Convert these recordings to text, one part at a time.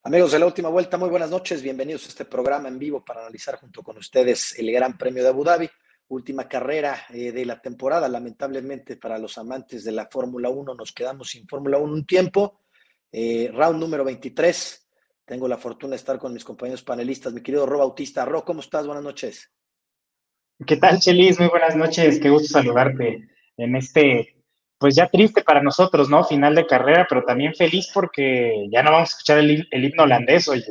Amigos de la última vuelta, muy buenas noches. Bienvenidos a este programa en vivo para analizar junto con ustedes el Gran Premio de Abu Dhabi, última carrera de la temporada. Lamentablemente para los amantes de la Fórmula 1 nos quedamos sin Fórmula 1 un tiempo. Round número 23. Tengo la fortuna de estar con mis compañeros panelistas. Mi querido Ro Bautista. Ro, ¿cómo estás? Buenas noches. ¿Qué tal, Chelis? Muy buenas noches, qué gusto saludarte en pues ya triste para nosotros, ¿no? Final de carrera, pero también feliz porque ya no vamos a escuchar el himno holandés, oye.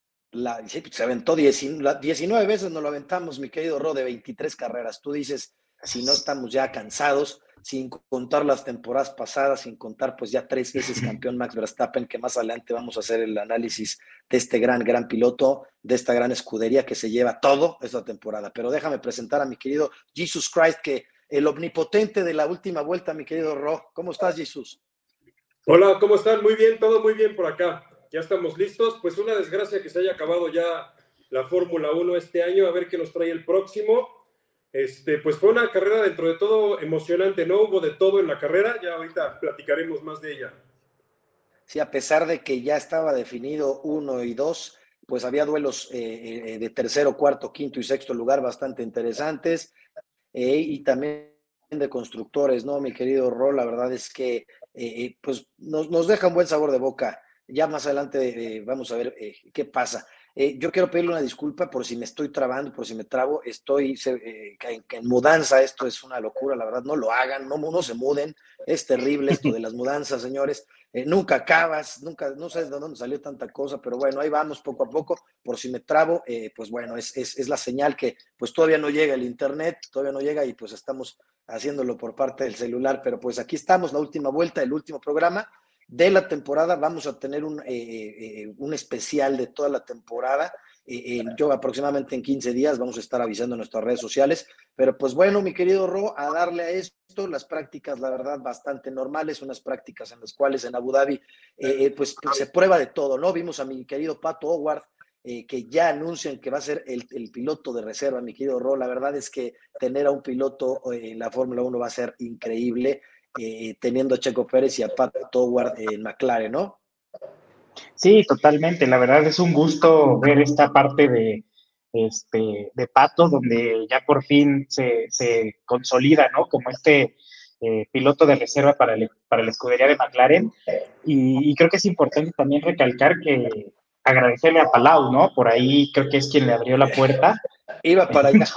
Sí, se aventó 19 veces, nos lo aventamos, mi querido Ro, de 23 carreras. Tú dices, si no estamos ya cansados, sin contar las temporadas pasadas, sin contar pues ya 3 veces campeón Max Verstappen, que más adelante vamos a hacer el análisis de este gran piloto, de esta gran escudería que se lleva todo esta temporada. Pero déjame presentar a mi querido Jesus Christ, que el omnipotente de la última vuelta, mi querido Ro. ¿Cómo estás, Jesus? Hola, ¿cómo están? Muy bien, todo muy bien por acá. Ya estamos listos. Pues una desgracia que se haya acabado ya la Fórmula 1 este año, a ver qué nos trae el próximo. Pues fue una carrera dentro de todo emocionante, ¿no? Hubo de todo en la carrera, ya ahorita platicaremos más de ella. Sí, a pesar de que ya estaba definido 1 y 2, pues había duelos de tercero, cuarto, quinto y sexto lugar bastante interesantes, y también de constructores, ¿no? Mi querido Rol, la verdad es que pues nos deja un buen sabor de boca. Ya más adelante vamos a ver qué pasa. Yo quiero pedirle una disculpa por si me estoy trabando, por si me trabo. Estoy en mudanza, esto es una locura, la verdad, no lo hagan, no se muden. Es terrible esto de las mudanzas, señores. Nunca acabas, nunca, no sé de dónde salió tanta cosa, pero bueno, ahí vamos poco a poco. Por si me trabo, pues bueno, es la señal que pues todavía no llega el internet, todavía no llega y pues estamos haciéndolo por parte del celular, pero pues aquí estamos, la última vuelta, el último programa de la temporada. Vamos a tener un especial de toda la temporada. Yo aproximadamente en 15 días vamos a estar avisando en nuestras redes sociales, pero pues bueno, mi querido Ro, a darle a esto, las prácticas, la verdad, bastante normales, unas prácticas en las cuales en Abu Dhabi, pues se prueba de todo, ¿no? Vimos a mi querido Pato Howard, que ya anuncian que va a ser el piloto de reserva, mi querido Ro. La verdad es que tener a un piloto en la Fórmula 1 va a ser increíble, teniendo a Checo Pérez y a Pato Howard en McLaren, ¿no? Sí, totalmente, la verdad es un gusto ver esta parte de Pato, donde ya por fin se consolida, ¿no? Como piloto de reserva para la escudería de McLaren. Y creo que es importante también recalcar que agradecerle a Palau, ¿no? Por ahí creo que es quien le abrió la puerta. Iba para allá.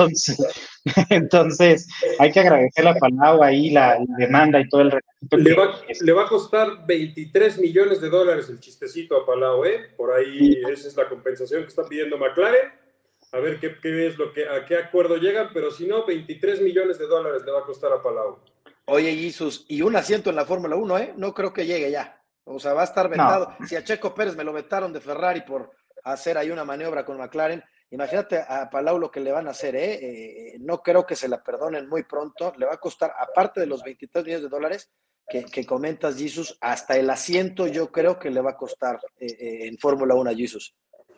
Entonces, hay que agradecerle a Palau ahí la demanda y todo el requisito le va a costar 23 millones de dólares el chistecito a Palau, ¿eh? Por ahí esa es la compensación que está pidiendo McLaren. A ver qué es a qué acuerdo llegan, pero si no, 23 millones de dólares le va a costar a Palau. Oye, Jesus, y un asiento en la Fórmula 1, ¿eh? No creo que llegue ya. O sea, va a estar No, vetado. Si a Checo Pérez me lo vetaron de Ferrari por hacer ahí una maniobra con McLaren, imagínate a Palau lo que le van a hacer, ¿eh? No creo que se la perdonen muy pronto. Le va a costar, aparte de los 23 millones de dólares que comentas, Jesus, hasta el asiento yo creo que le va a costar en Fórmula 1 a Jesus.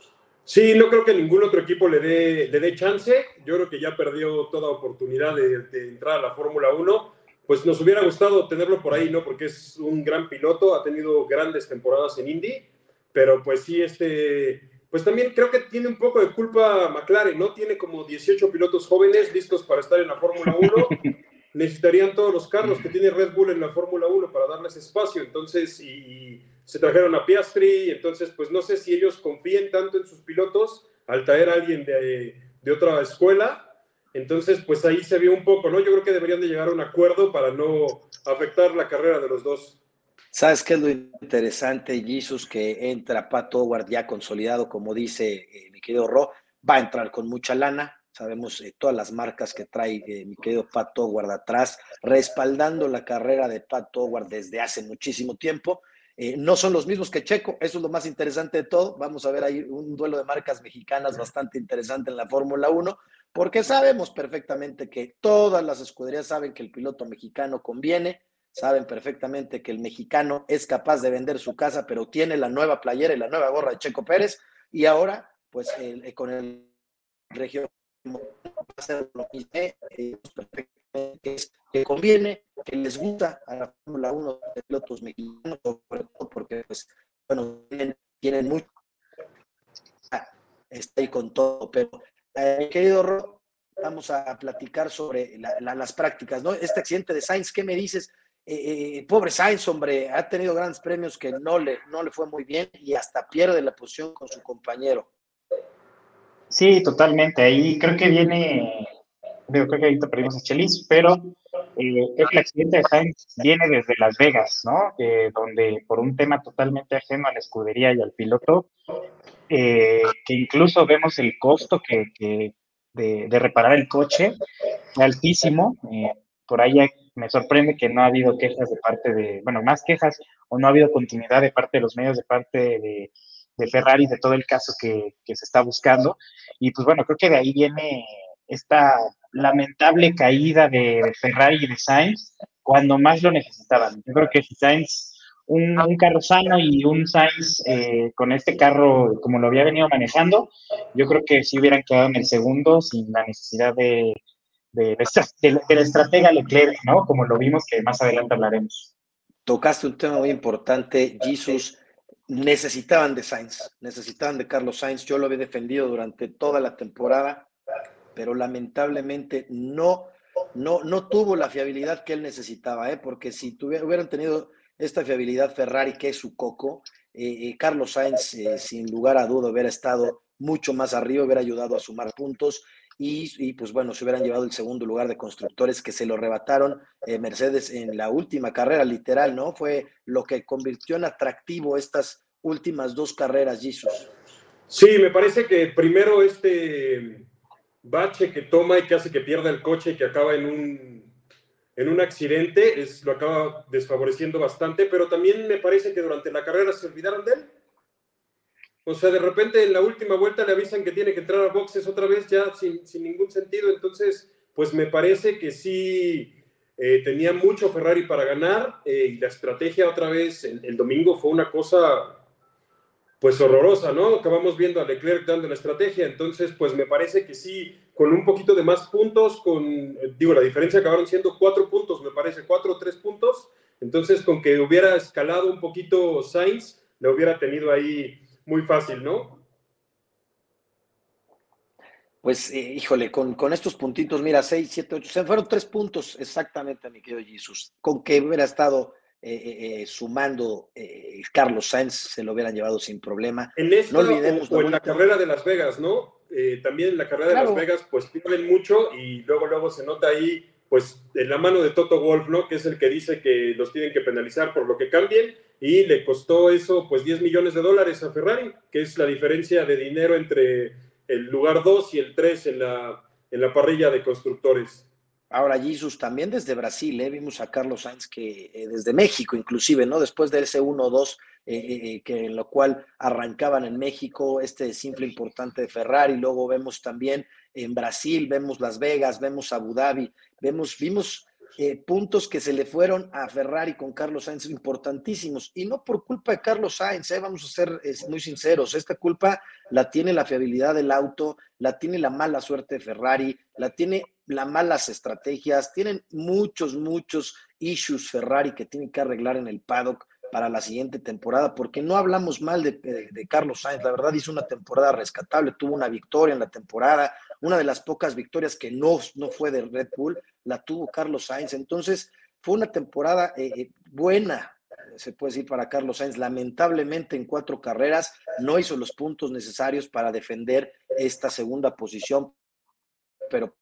Sí, no creo que ningún otro equipo le dé chance. Yo creo que ya perdió toda oportunidad de entrar a la Fórmula 1. Pues nos hubiera gustado tenerlo por ahí, ¿no? Porque es un gran piloto, ha tenido grandes temporadas en Indy, pero pues sí, pues también creo que tiene un poco de culpa McLaren, ¿no? Tiene como 18 pilotos jóvenes listos para estar en la Fórmula 1. Necesitarían todos los carros que tiene Red Bull en la Fórmula 1 para darles espacio, entonces, y se trajeron a Piastri, entonces, pues no sé si ellos confíen tanto en sus pilotos al traer a alguien de otra escuela, entonces, pues ahí se vio un poco, ¿no? Yo creo que deberían de llegar a un acuerdo para no afectar la carrera de los dos. ¿Sabes qué es lo interesante, Jesus? Que entra Pat Howard ya consolidado, como dice mi querido Ro, va a entrar con mucha lana. Sabemos todas las marcas que trae mi querido Pat Howard atrás, respaldando la carrera de Pat Howard desde hace muchísimo tiempo. No son los mismos que Checo, eso es lo más interesante de todo. Vamos a ver ahí un duelo de marcas mexicanas bastante interesante en la Fórmula 1, porque sabemos perfectamente que todas las escuderías saben que el piloto mexicano conviene, saben perfectamente que el mexicano es capaz de vender su casa, pero tiene la nueva playera y la nueva gorra de Checo Pérez, y ahora, pues con el región va a ser lo mismo, que conviene, que les gusta a la Fórmula 1 de pilotos mexicanos, sobre todo porque, pues, bueno, tienen mucho está ahí con todo. Pero, mi querido Ro, vamos a platicar sobre las prácticas, ¿no? Este accidente de Sainz, ¿qué me dices? Pobre Sainz, hombre, ha tenido grandes premios que no le fue muy bien y hasta pierde la posición con su compañero. Sí, totalmente. Ahí creo que creo que ahorita perdimos a Chelis, pero creo que el accidente de Sainz viene desde Las Vegas, ¿no? Donde por un tema totalmente ajeno a la escudería y al piloto, que incluso vemos el costo de reparar el coche, altísimo. Por ahí me sorprende que no ha habido quejas de parte bueno, más quejas, o no ha habido continuidad de parte de los medios, de parte de Ferrari, de todo el caso que se está buscando. Y pues bueno, creo que de ahí viene esta lamentable caída de Ferrari y de Sainz cuando más lo necesitaban. Yo creo que si Sainz, un carro sano y un Sainz con este carro como lo había venido manejando, yo creo que sí hubieran quedado en el segundo sin la necesidad de la estratega Leclerc, ¿no? Como lo vimos, que más adelante hablaremos. Tocaste un tema muy importante, Jesus. Necesitaban de Sainz, necesitaban de Carlos Sainz. Yo lo había defendido durante toda la temporada, pero lamentablemente no tuvo la fiabilidad que él necesitaba, porque si hubieran tenido esta fiabilidad Ferrari, que es su coco, Carlos Sainz, sin lugar a duda, hubiera estado mucho más arriba, hubiera ayudado a sumar puntos y pues bueno, se hubieran llevado el segundo lugar de constructores, que se lo arrebataron Mercedes en la última carrera, literal, ¿no? Fue lo que convirtió en atractivo estas últimas dos carreras, Jesus. Sí, me parece que primero este bache que toma y que hace que pierda el coche y que acaba en un accidente, lo acaba desfavoreciendo bastante, pero también me parece que durante la carrera se olvidaron de él. O sea, de repente en la última vuelta le avisan que tiene que entrar a boxes otra vez ya sin ningún sentido. Entonces, pues me parece que sí tenía mucho Ferrari para ganar y la estrategia otra vez el domingo fue una cosa pues horrorosa, ¿no? Acabamos viendo a Leclerc dando la estrategia. Entonces, pues me parece que sí, con un poquito de más puntos, la diferencia acabaron siendo 4 puntos, me parece, 4 o 3 puntos. Entonces, con que hubiera escalado un poquito Sainz, le hubiera tenido ahí muy fácil, ¿no? Pues, híjole, con estos puntitos, mira, 6, 7, 8, se fueron 3 puntos exactamente, mi querido Jesus. Con que hubiera estado sumando Carlos Sainz, se lo hubieran llevado sin problema. En esta No olvidemos o en la carrera de Las Vegas, ¿no? También en la carrera de Las Vegas, pues pierden mucho y luego se nota ahí, pues, en la mano de Toto Wolff, ¿no? Que es el que dice que los tienen que penalizar por lo que cambien y le costó eso, pues, $10 millones a Ferrari, que es la diferencia de dinero entre el lugar 2 y el 3 en la parrilla de constructores. Ahora, Jesus, también desde Brasil, vimos a Carlos Sainz que desde México inclusive, ¿no? Después de ese 1-2, que en lo cual arrancaban en México, este desinfle importante de Ferrari, luego vemos también en Brasil, vemos Las Vegas, vemos Abu Dhabi, vimos puntos que se le fueron a Ferrari con Carlos Sainz importantísimos, y no por culpa de Carlos Sainz, vamos a ser muy sinceros, esta culpa la tiene la fiabilidad del auto, la tiene la mala suerte de Ferrari, la tiene las malas estrategias, tienen muchos issues Ferrari que tienen que arreglar en el paddock para la siguiente temporada, porque no hablamos mal de Carlos Sainz, la verdad hizo una temporada rescatable, tuvo una victoria en la temporada, una de las pocas victorias que no fue de Red Bull, la tuvo Carlos Sainz, entonces fue una temporada buena, se puede decir, para Carlos Sainz. Lamentablemente en 4 carreras no hizo los puntos necesarios para defender esta segunda posición, pero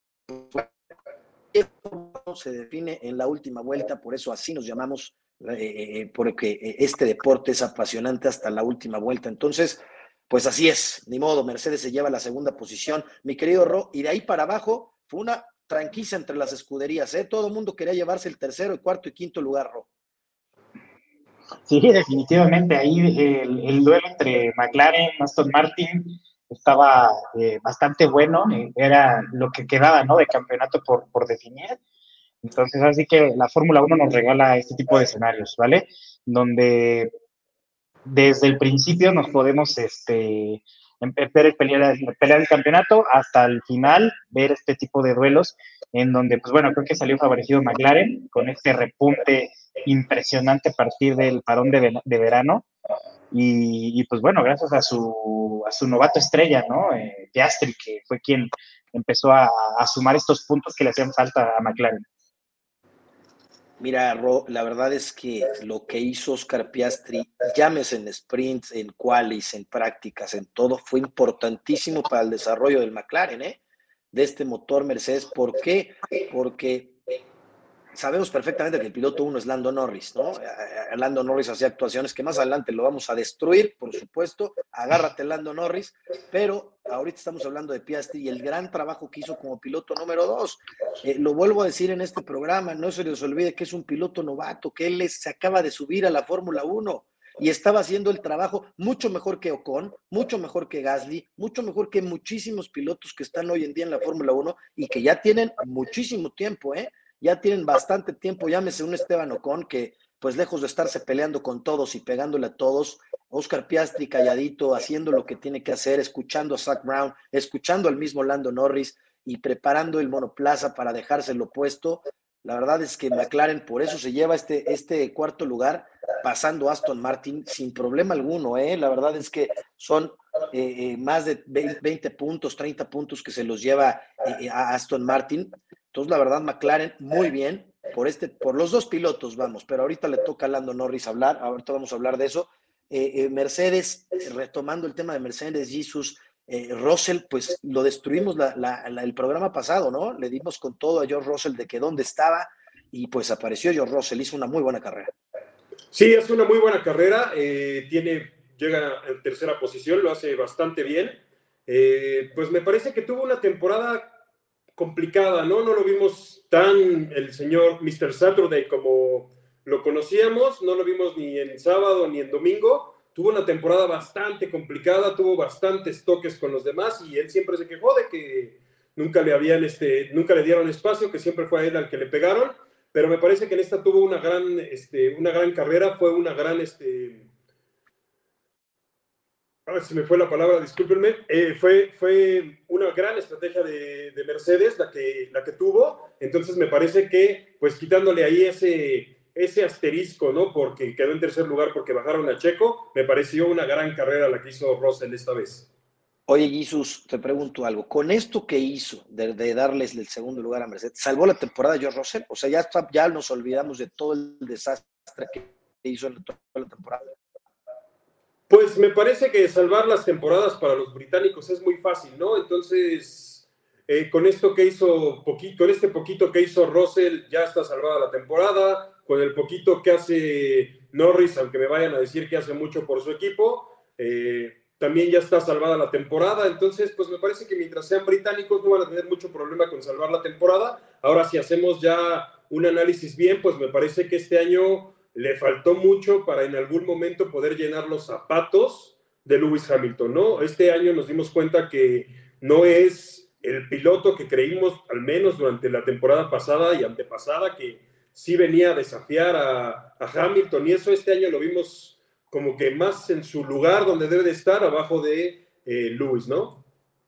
se define en la última vuelta, por eso así nos llamamos, porque este deporte es apasionante hasta la última vuelta. Entonces, pues así es, ni modo, Mercedes se lleva la segunda posición, mi querido Ro, y de ahí para abajo fue una tranquiza entre las escuderías, todo el mundo quería llevarse el tercero, el cuarto y quinto lugar, Ro. Sí, definitivamente, ahí el duelo entre McLaren y Aston Martin estaba bastante bueno, era lo que quedaba, ¿no?, de campeonato por definir. Entonces, así que la Fórmula 1 nos regala este tipo de escenarios, ¿vale? Donde desde el principio nos podemos ver pelear el campeonato hasta el final, ver este tipo de duelos en donde, pues bueno, creo que salió favorecido McLaren con este repunte impresionante a partir del parón de verano. Y pues bueno, gracias a su su novato estrella, ¿no? Piastri, que fue quien empezó a sumar estos puntos que le hacían falta a McLaren. Mira, la verdad es que lo que hizo Oscar Piastri, llámese en sprints, en qualis, en prácticas, en todo, fue importantísimo para el desarrollo del McLaren, de este motor Mercedes. ¿Por qué? Porque sabemos perfectamente que el piloto 1 es Lando Norris, ¿no? Lando Norris hacía actuaciones que más adelante lo vamos a destruir, por supuesto. Agárrate, Lando Norris. Pero ahorita estamos hablando de Piastri y el gran trabajo que hizo como piloto número 2. Lo vuelvo a decir en este programa, no se les olvide que es un piloto novato, que él se acaba de subir a la Fórmula 1 y estaba haciendo el trabajo mucho mejor que Ocon, mucho mejor que Gasly, mucho mejor que muchísimos pilotos que están hoy en día en la Fórmula 1 y que ya tienen muchísimo tiempo, ya tienen bastante tiempo. Llámese un Esteban Ocon que, pues lejos de estarse peleando con todos y pegándole a todos, Oscar Piastri calladito, haciendo lo que tiene que hacer, escuchando a Zak Brown, escuchando al mismo Lando Norris y preparando el monoplaza para dejárselo puesto. La verdad es que McLaren por eso se lleva este cuarto lugar, pasando a Aston Martin sin problema alguno. La verdad es que son más de 20 puntos, 30 puntos que se los lleva a Aston Martin. Entonces, la verdad, McLaren muy bien por los dos pilotos, vamos, pero ahorita le toca a Lando Norris hablar, ahorita vamos a hablar de eso. Mercedes, retomando el tema de Mercedes, Jesus, Russell, pues lo destruimos el programa pasado, ¿no? Le dimos con todo a George Russell de que dónde estaba y pues apareció George Russell, hizo una muy buena carrera. Sí, es una muy buena carrera, llega en tercera posición, lo hace bastante bien. Pues me parece que tuvo una temporada complicada, ¿no? No lo vimos tan el señor Mr. Saturday como lo conocíamos, no lo vimos ni en sábado ni en domingo. Tuvo una temporada bastante complicada, tuvo bastantes toques con los demás y él siempre se quejó de que nunca le dieron espacio, que siempre fue a él al que le pegaron, pero me parece que en esta tuvo una gran carrera, fue una gran se me fue la palabra, discúlpenme. Fue una gran estrategia de Mercedes la que tuvo. Entonces me parece que, pues quitándole ahí ese asterisco, ¿no? Porque quedó en tercer lugar porque bajaron a Checo, me pareció una gran carrera la que hizo Russell esta vez. Oye, Jesus, te pregunto algo. Con esto que hizo de darles el segundo lugar a Mercedes, ¿salvó la temporada George Russell? O sea, ya nos olvidamos de todo el desastre que hizo en toda la temporada. Pues me parece que salvar las temporadas para los británicos es muy fácil, ¿no? Entonces, con esto que hizo, con este poquito que hizo Russell, ya está salvada la temporada. Con el poquito que hace Norris, aunque me vayan a decir que hace mucho por su equipo, también ya está salvada la temporada. Entonces, pues me parece que mientras sean británicos no van a tener mucho problema con salvar la temporada. Ahora, si hacemos ya un análisis bien, pues me parece que este año le faltó mucho para en algún momento poder llenar los zapatos de Lewis Hamilton, ¿no? Este año nos dimos cuenta que no es el piloto que creímos, al menos durante la temporada pasada y antepasada, que sí venía a desafiar a Hamilton, y eso este año lo vimos como que más en su lugar donde debe de estar, abajo de Lewis, ¿no?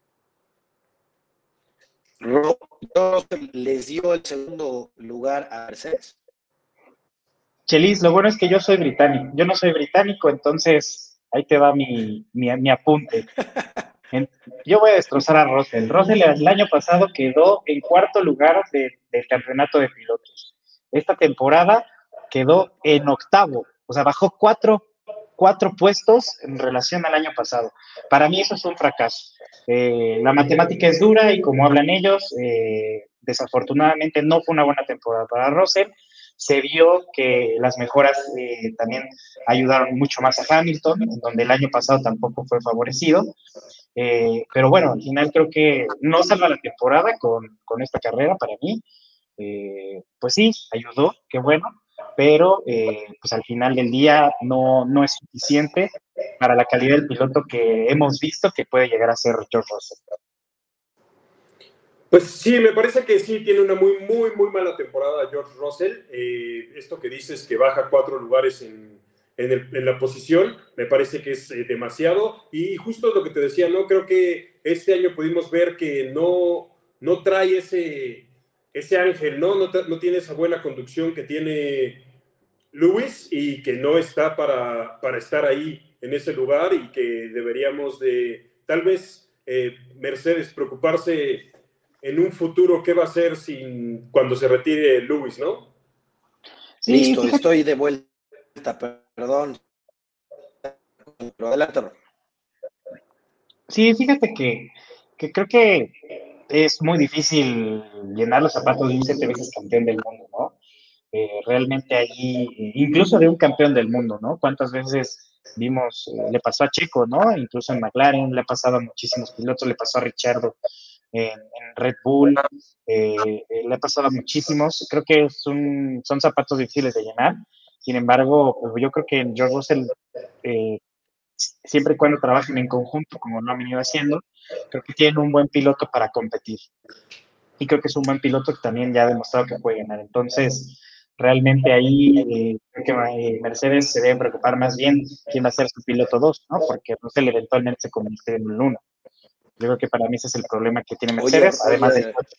Les dio el segundo lugar a Mercedes. Chelis, lo bueno es que yo soy británico. Yo no soy británico, entonces ahí te va mi apunte. Yo voy a destrozar a Russell. Russell el año pasado quedó en cuarto lugar del campeonato de pilotos. Esta temporada quedó en octavo, o sea, bajó cuatro puestos en relación al año pasado. Para mí eso es un fracaso. La matemática es dura y como hablan ellos, desafortunadamente no fue una buena temporada para Russell. Se vio que las mejoras también ayudaron mucho más a Hamilton, en donde el año pasado tampoco fue favorecido. Pero bueno, al final creo que no salva la temporada con esta carrera para mí. Pues sí, ayudó, qué bueno, pero pues al final del día no es suficiente para la calidad del piloto que hemos visto que puede llegar a ser George Russell. Pues sí, me parece que sí, tiene una muy, muy, muy mala temporada George Russell. Esto que dices que baja 4 lugares en la posición, me parece que es demasiado. Y justo lo que te decía, ¿no? Creo que este año pudimos ver que no trae ese ángel, ¿no? No tiene esa buena conducción que tiene Lewis y que no está para estar ahí en ese lugar y que deberíamos de, tal vez, Mercedes preocuparse en un futuro qué va a hacer cuando se retire Lewis, ¿no? Sí, Listo, fíjate, estoy de vuelta, perdón, pero adelante. sí, fíjate que creo que es muy difícil llenar los zapatos de un 7 veces campeón del mundo, ¿no? Realmente allí, incluso de un campeón del mundo, ¿no? ¿Cuántas veces vimos, le pasó a Checo, ¿no? Incluso en McLaren, le ha pasado a muchísimos pilotos, le pasó a Ricciardo en Red Bull, le ha pasado a muchísimos. Creo que son zapatos difíciles de llenar. Sin embargo, pues yo creo que en George Russell, eh, siempre y cuando trabajen en conjunto, como lo han venido haciendo, creo que tienen un buen piloto para competir. Y creo que es un buen piloto que también ya ha demostrado que puede ganar. Entonces, realmente ahí creo que Mercedes se debe preocupar más bien quién va a ser su piloto 2, ¿no? Porque Russell eventualmente se convierte en el 1. Yo creo que para mí ese es el problema que tiene Oye, Mercedes, además del coche.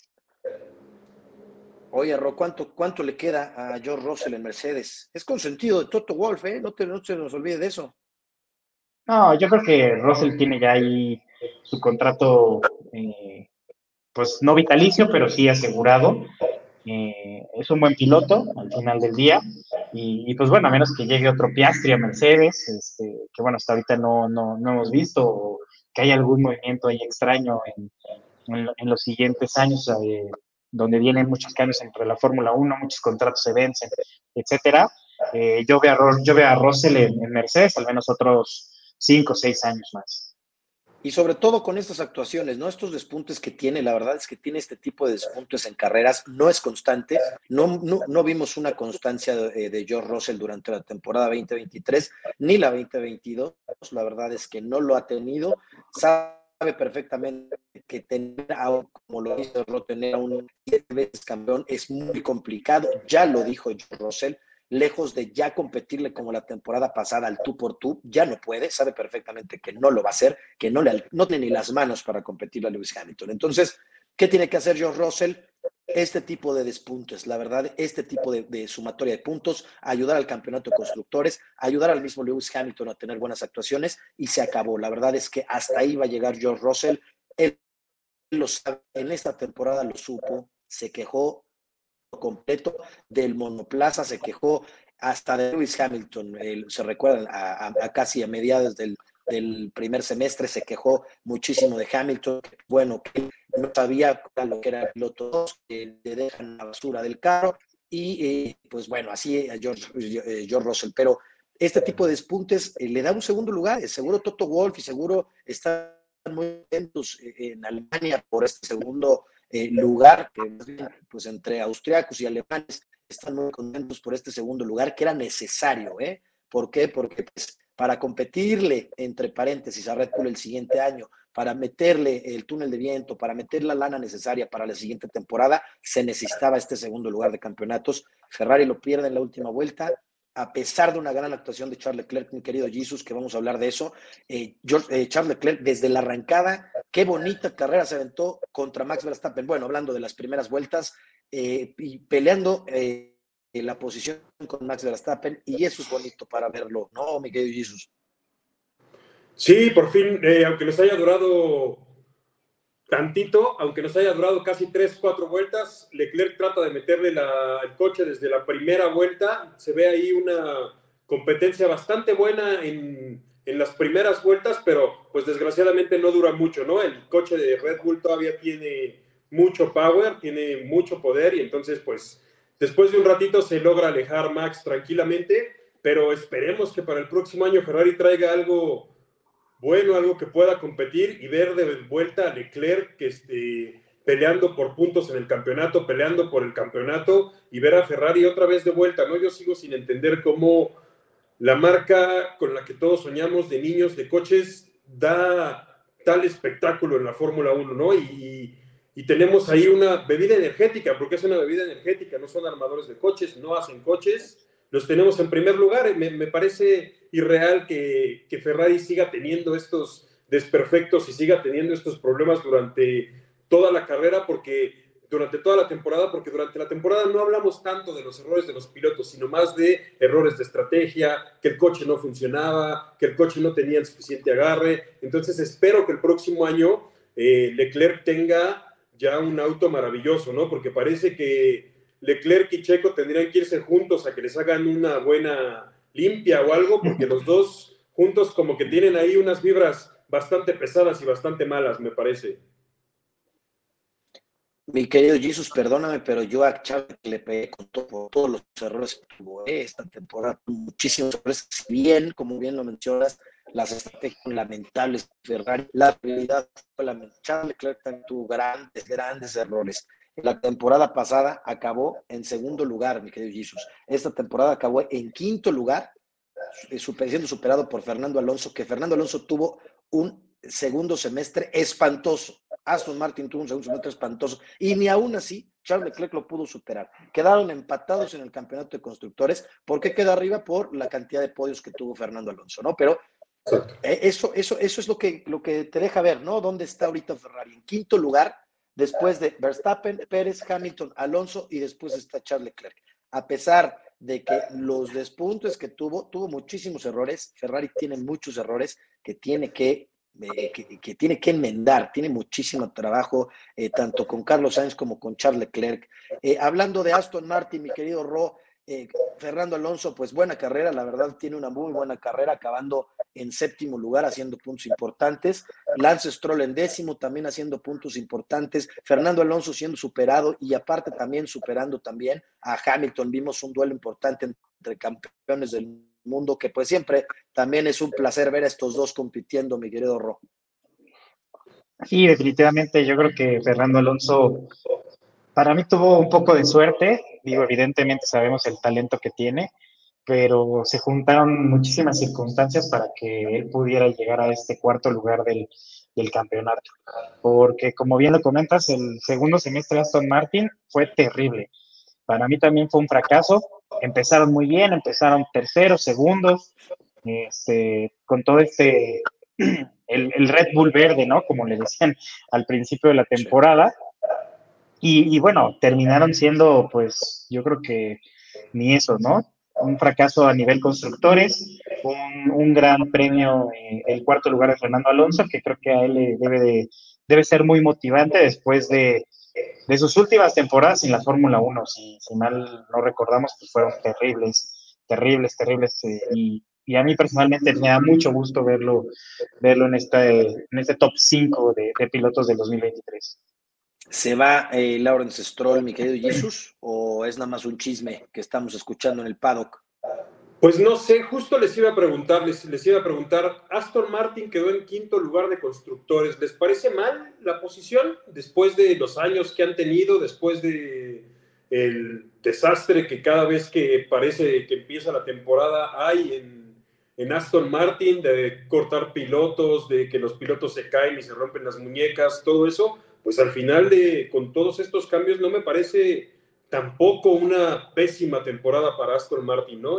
Ro, ¿cuánto le queda a George Russell en Mercedes? Es consentido de Toto Wolff, ¿eh? No se nos olvide de eso. No, yo creo que Russell tiene ya ahí su contrato, pues no vitalicio, pero sí asegurado. Es un buen piloto al final del día. Y pues bueno, a menos que llegue otro Piastri a Mercedes, que bueno, hasta ahorita no hemos visto, o que haya algún movimiento ahí extraño en los siguientes años, donde vienen muchos cambios entre la Fórmula 1, muchos contratos se vencen, etcétera. Yo veo a Russell en Mercedes al menos otros 5 o 6 años más. Y sobre todo con estas actuaciones, ¿no? Estos despuntes que tiene, la verdad es que tiene este tipo de despuntes en carreras, no es constante, no vimos una constancia de George Russell durante la temporada 2023, ni la 2022, la verdad es que no lo ha tenido, sabe perfectamente que tener como lo hizo tener a un 7 veces campeón es muy complicado, ya lo dijo George Russell, lejos de ya competirle como la temporada pasada al tú por tú, ya no puede, sabe perfectamente que no lo va a hacer, que no tiene ni las manos para competirle a Lewis Hamilton. Entonces, ¿qué tiene que hacer George Russell? Este tipo de despuntes, la verdad, este tipo de sumatoria de puntos, ayudar al campeonato de constructores, ayudar al mismo Lewis Hamilton a tener buenas actuaciones y se acabó. La verdad es que hasta ahí va a llegar George Russell. Él lo sabe, en esta temporada lo supo, se quejó completo del monoplaza, se quejó hasta de Lewis Hamilton, se recuerdan, a casi a mediados del primer semestre se quejó muchísimo de Hamilton, bueno, que no sabía lo que era el piloto 2, le dejan la basura del carro y pues bueno, así a George Russell, pero este tipo de despuntes le da un segundo lugar, seguro Toto Wolff y seguro están muy atentos en Alemania por este segundo lugar, que pues entre austriacos y alemanes están muy contentos por este segundo lugar, que era necesario, ¿eh? ¿Por qué? Porque pues, para competirle, entre paréntesis, a Red Bull el siguiente año, para meterle el túnel de viento, para meter la lana necesaria para la siguiente temporada, se necesitaba este segundo lugar de campeonatos. Ferrari lo pierde en la última vuelta, a pesar de una gran actuación de Charles Leclerc, mi querido Jesus, que vamos a hablar de eso. Charles Leclerc, desde la arrancada, qué bonita carrera se aventó contra Max Verstappen. Bueno, hablando de las primeras vueltas y peleando en la posición con Max Verstappen, y eso es bonito para verlo, ¿no, mi querido Jesus? Sí, por fin, aunque nos haya durado tantito, aunque nos haya durado casi 3, 4 vueltas, Leclerc trata de meterle el coche desde la primera vuelta. Se ve ahí una competencia bastante buena en las primeras vueltas, pero pues desgraciadamente no dura mucho, ¿no? El coche de Red Bull todavía tiene mucho power, tiene mucho poder y entonces pues después de un ratito se logra alejar Max tranquilamente, pero esperemos que para el próximo año Ferrari traiga algo bueno, algo que pueda competir y ver de vuelta a Leclerc que esté peleando por puntos en el campeonato, peleando por el campeonato y ver a Ferrari otra vez de vuelta, ¿no? Yo sigo sin entender cómo la marca con la que todos soñamos de niños de coches da tal espectáculo en la Fórmula 1, ¿no? Y tenemos ahí una bebida energética, porque es una bebida energética, no son armadores de coches, no hacen coches, los tenemos en primer lugar. Me parece irreal que Ferrari siga teniendo estos desperfectos y siga teniendo estos problemas durante toda la carrera, porque durante toda la temporada, porque durante la temporada no hablamos tanto de los errores de los pilotos, sino más de errores de estrategia, que el coche no funcionaba, que el coche no tenía el suficiente agarre. Entonces espero que el próximo año Leclerc tenga ya un auto maravilloso, ¿no? Porque parece que Leclerc y Checo tendrían que irse juntos a que les hagan una buena limpia o algo, porque los dos juntos como que tienen ahí unas vibras bastante pesadas y bastante malas, me parece. Mi querido Jesus, perdóname, pero yo a Charles le pegué con por todos los errores que tuvo esta temporada, muchísimos errores, si bien, como bien lo mencionas, las estrategias son lamentables de Ferrari, la habilidad fue lamentable. Charles Leclerc también tuvo grandes errores. La temporada pasada acabó en segundo lugar, mi querido Jesus. Esta temporada acabó en quinto lugar, siendo superado por Fernando Alonso, que Fernando Alonso tuvo un segundo semestre espantoso. Aston Martin tuvo un segundo semestre espantoso y ni aún así Charles Leclerc lo pudo superar. Quedaron empatados en el campeonato de constructores. ¿Por qué queda arriba? Por la cantidad de podios que tuvo Fernando Alonso, ¿no? Pero eso es lo que te deja ver, ¿no? ¿Dónde está ahorita Ferrari? En quinto lugar, después de Verstappen, Pérez, Hamilton, Alonso y después está Charles Leclerc. A pesar de que los despuntes que tuvo muchísimos errores. Ferrari tiene muchos errores que tiene que tiene que enmendar, tiene muchísimo trabajo, tanto con Carlos Sainz como con Charles Leclerc. Hablando de Aston Martin, mi querido Ro, Fernando Alonso, pues buena carrera, la verdad tiene una muy buena carrera, acabando en séptimo lugar, haciendo puntos importantes. Lance Stroll en décimo, también haciendo puntos importantes. Fernando Alonso siendo superado y aparte también superando también a Hamilton. Vimos un duelo importante entre campeones del mundo, que pues siempre también es un placer ver a estos dos compitiendo, mi querido Ro. Sí, definitivamente yo creo que Fernando Alonso para mí tuvo un poco de suerte, digo, evidentemente sabemos el talento que tiene, pero se juntaron muchísimas circunstancias para que él pudiera llegar a este cuarto lugar del campeonato. Porque como bien lo comentas, el segundo semestre de Aston Martin fue terrible. Para mí también fue un fracaso. Empezaron muy bien, empezaron terceros, segundos, con todo el Red Bull verde, ¿no? Como le decían al principio de la temporada. Y bueno, terminaron siendo, pues, yo creo que ni eso, ¿no? Un fracaso a nivel constructores, un gran premio, el cuarto lugar de Fernando Alonso, que creo que a él debe ser muy motivante después de sus últimas temporadas en la Fórmula 1, si mal no recordamos, pues fueron terribles, y a mí personalmente me da mucho gusto verlo en este top 5 de pilotos del 2023. ¿Se va Lawrence Stroll, mi querido Jesus, o es nada más un chisme que estamos escuchando en el paddock? Pues no sé, justo les iba a preguntar, Aston Martin quedó en quinto lugar de constructores. ¿Les parece mal la posición después de los años que han tenido, después de el desastre que cada vez que parece que empieza la temporada hay en Aston Martin, de cortar pilotos, de que los pilotos se caen y se rompen las muñecas, todo eso? Pues al final con todos estos cambios no me parece tampoco una pésima temporada para Aston Martin, ¿no?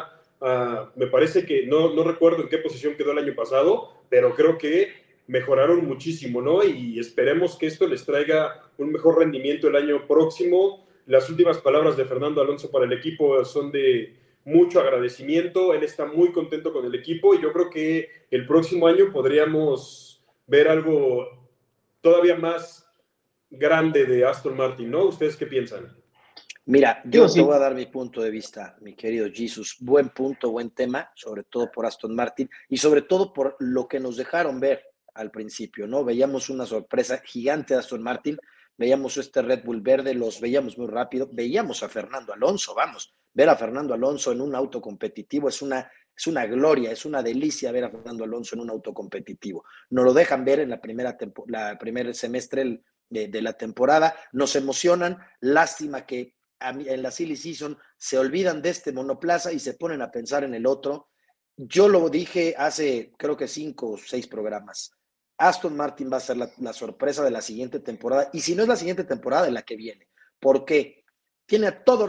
Me parece que no recuerdo en qué posición quedó el año pasado, pero creo que mejoraron muchísimo, ¿no? Y esperemos que esto les traiga un mejor rendimiento el año próximo. Las últimas palabras de Fernando Alonso para el equipo son de mucho agradecimiento. Él está muy contento con el equipo y yo creo que el próximo año podríamos ver algo todavía más grande de Aston Martin, ¿no? ¿Ustedes qué piensan? Mira, yo te voy a dar mi punto de vista, mi querido Jesus. Buen punto, buen tema, sobre todo por Aston Martin y sobre todo por lo que nos dejaron ver al principio, ¿no? Veíamos una sorpresa gigante de Aston Martin, veíamos este Red Bull verde, los veíamos muy rápido, veíamos a Fernando Alonso, vamos, ver a Fernando Alonso en un auto competitivo es una gloria, es una delicia ver a Fernando Alonso en un auto competitivo. Nos lo dejan ver en la primer semestre de la temporada, nos emocionan, lástima que en la silly season se olvidan de este monoplaza y se ponen a pensar en el otro. Yo lo dije hace creo que 5 o 6 programas. Aston Martin va a ser la sorpresa de la siguiente temporada, y si no es la siguiente temporada, de la que viene. ¿Por qué? Tiene todo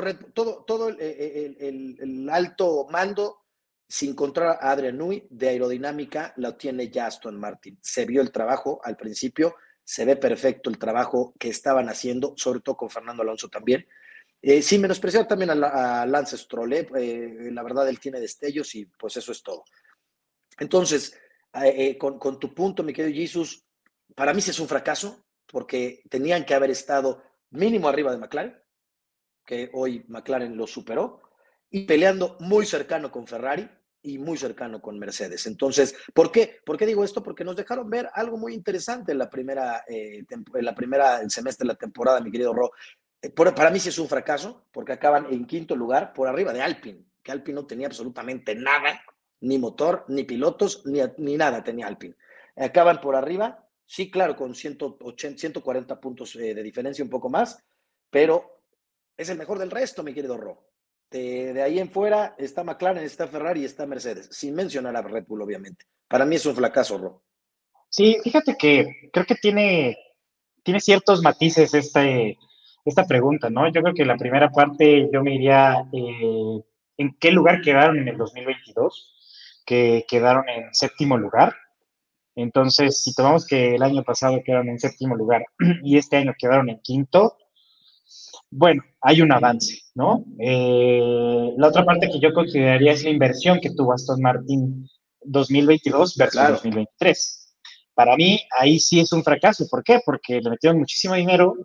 el alto mando, sin encontrar a Adrian Newey, de aerodinámica, lo tiene ya Aston Martin. Se vio el trabajo al principio, se ve perfecto el trabajo que estaban haciendo, sobre todo con Fernando Alonso también. Sin menospreciar también a Lance Stroll, la verdad él tiene destellos y pues eso es todo. Entonces, con tu punto, mi querido Jesus, para mí sí es un fracaso, porque tenían que haber estado mínimo arriba de McLaren, que hoy McLaren lo superó, y peleando muy cercano con Ferrari y muy cercano con Mercedes. Entonces, ¿por qué? ¿Por qué digo esto? Porque nos dejaron ver algo muy interesante en la primera, el semestre de la temporada, mi querido Ro. Para mí sí es un fracaso, porque acaban en quinto lugar por arriba de Alpine, que Alpine no tenía absolutamente nada, ni motor, ni pilotos, ni nada tenía Alpine. Acaban por arriba, sí, claro, con 180, 140 puntos de diferencia, un poco más, pero es el mejor del resto, mi querido Ro. De ahí en fuera está McLaren, está Ferrari y está Mercedes, sin mencionar a Red Bull, obviamente. Para mí es un fracaso, Ro. Sí, fíjate que creo que tiene ciertos matices esta pregunta, ¿no? Yo creo que la primera parte yo me iría en qué lugar quedaron en el 2022, que quedaron en séptimo lugar. Entonces, si tomamos que el año pasado quedaron en séptimo lugar y este año quedaron en quinto, bueno, hay un avance, ¿no? La otra parte que yo consideraría es la inversión que tuvo Aston Martin 2022 versus Claro. 2023. Para mí, ahí sí es un fracaso. ¿Por qué? Porque le metieron muchísimo dinero,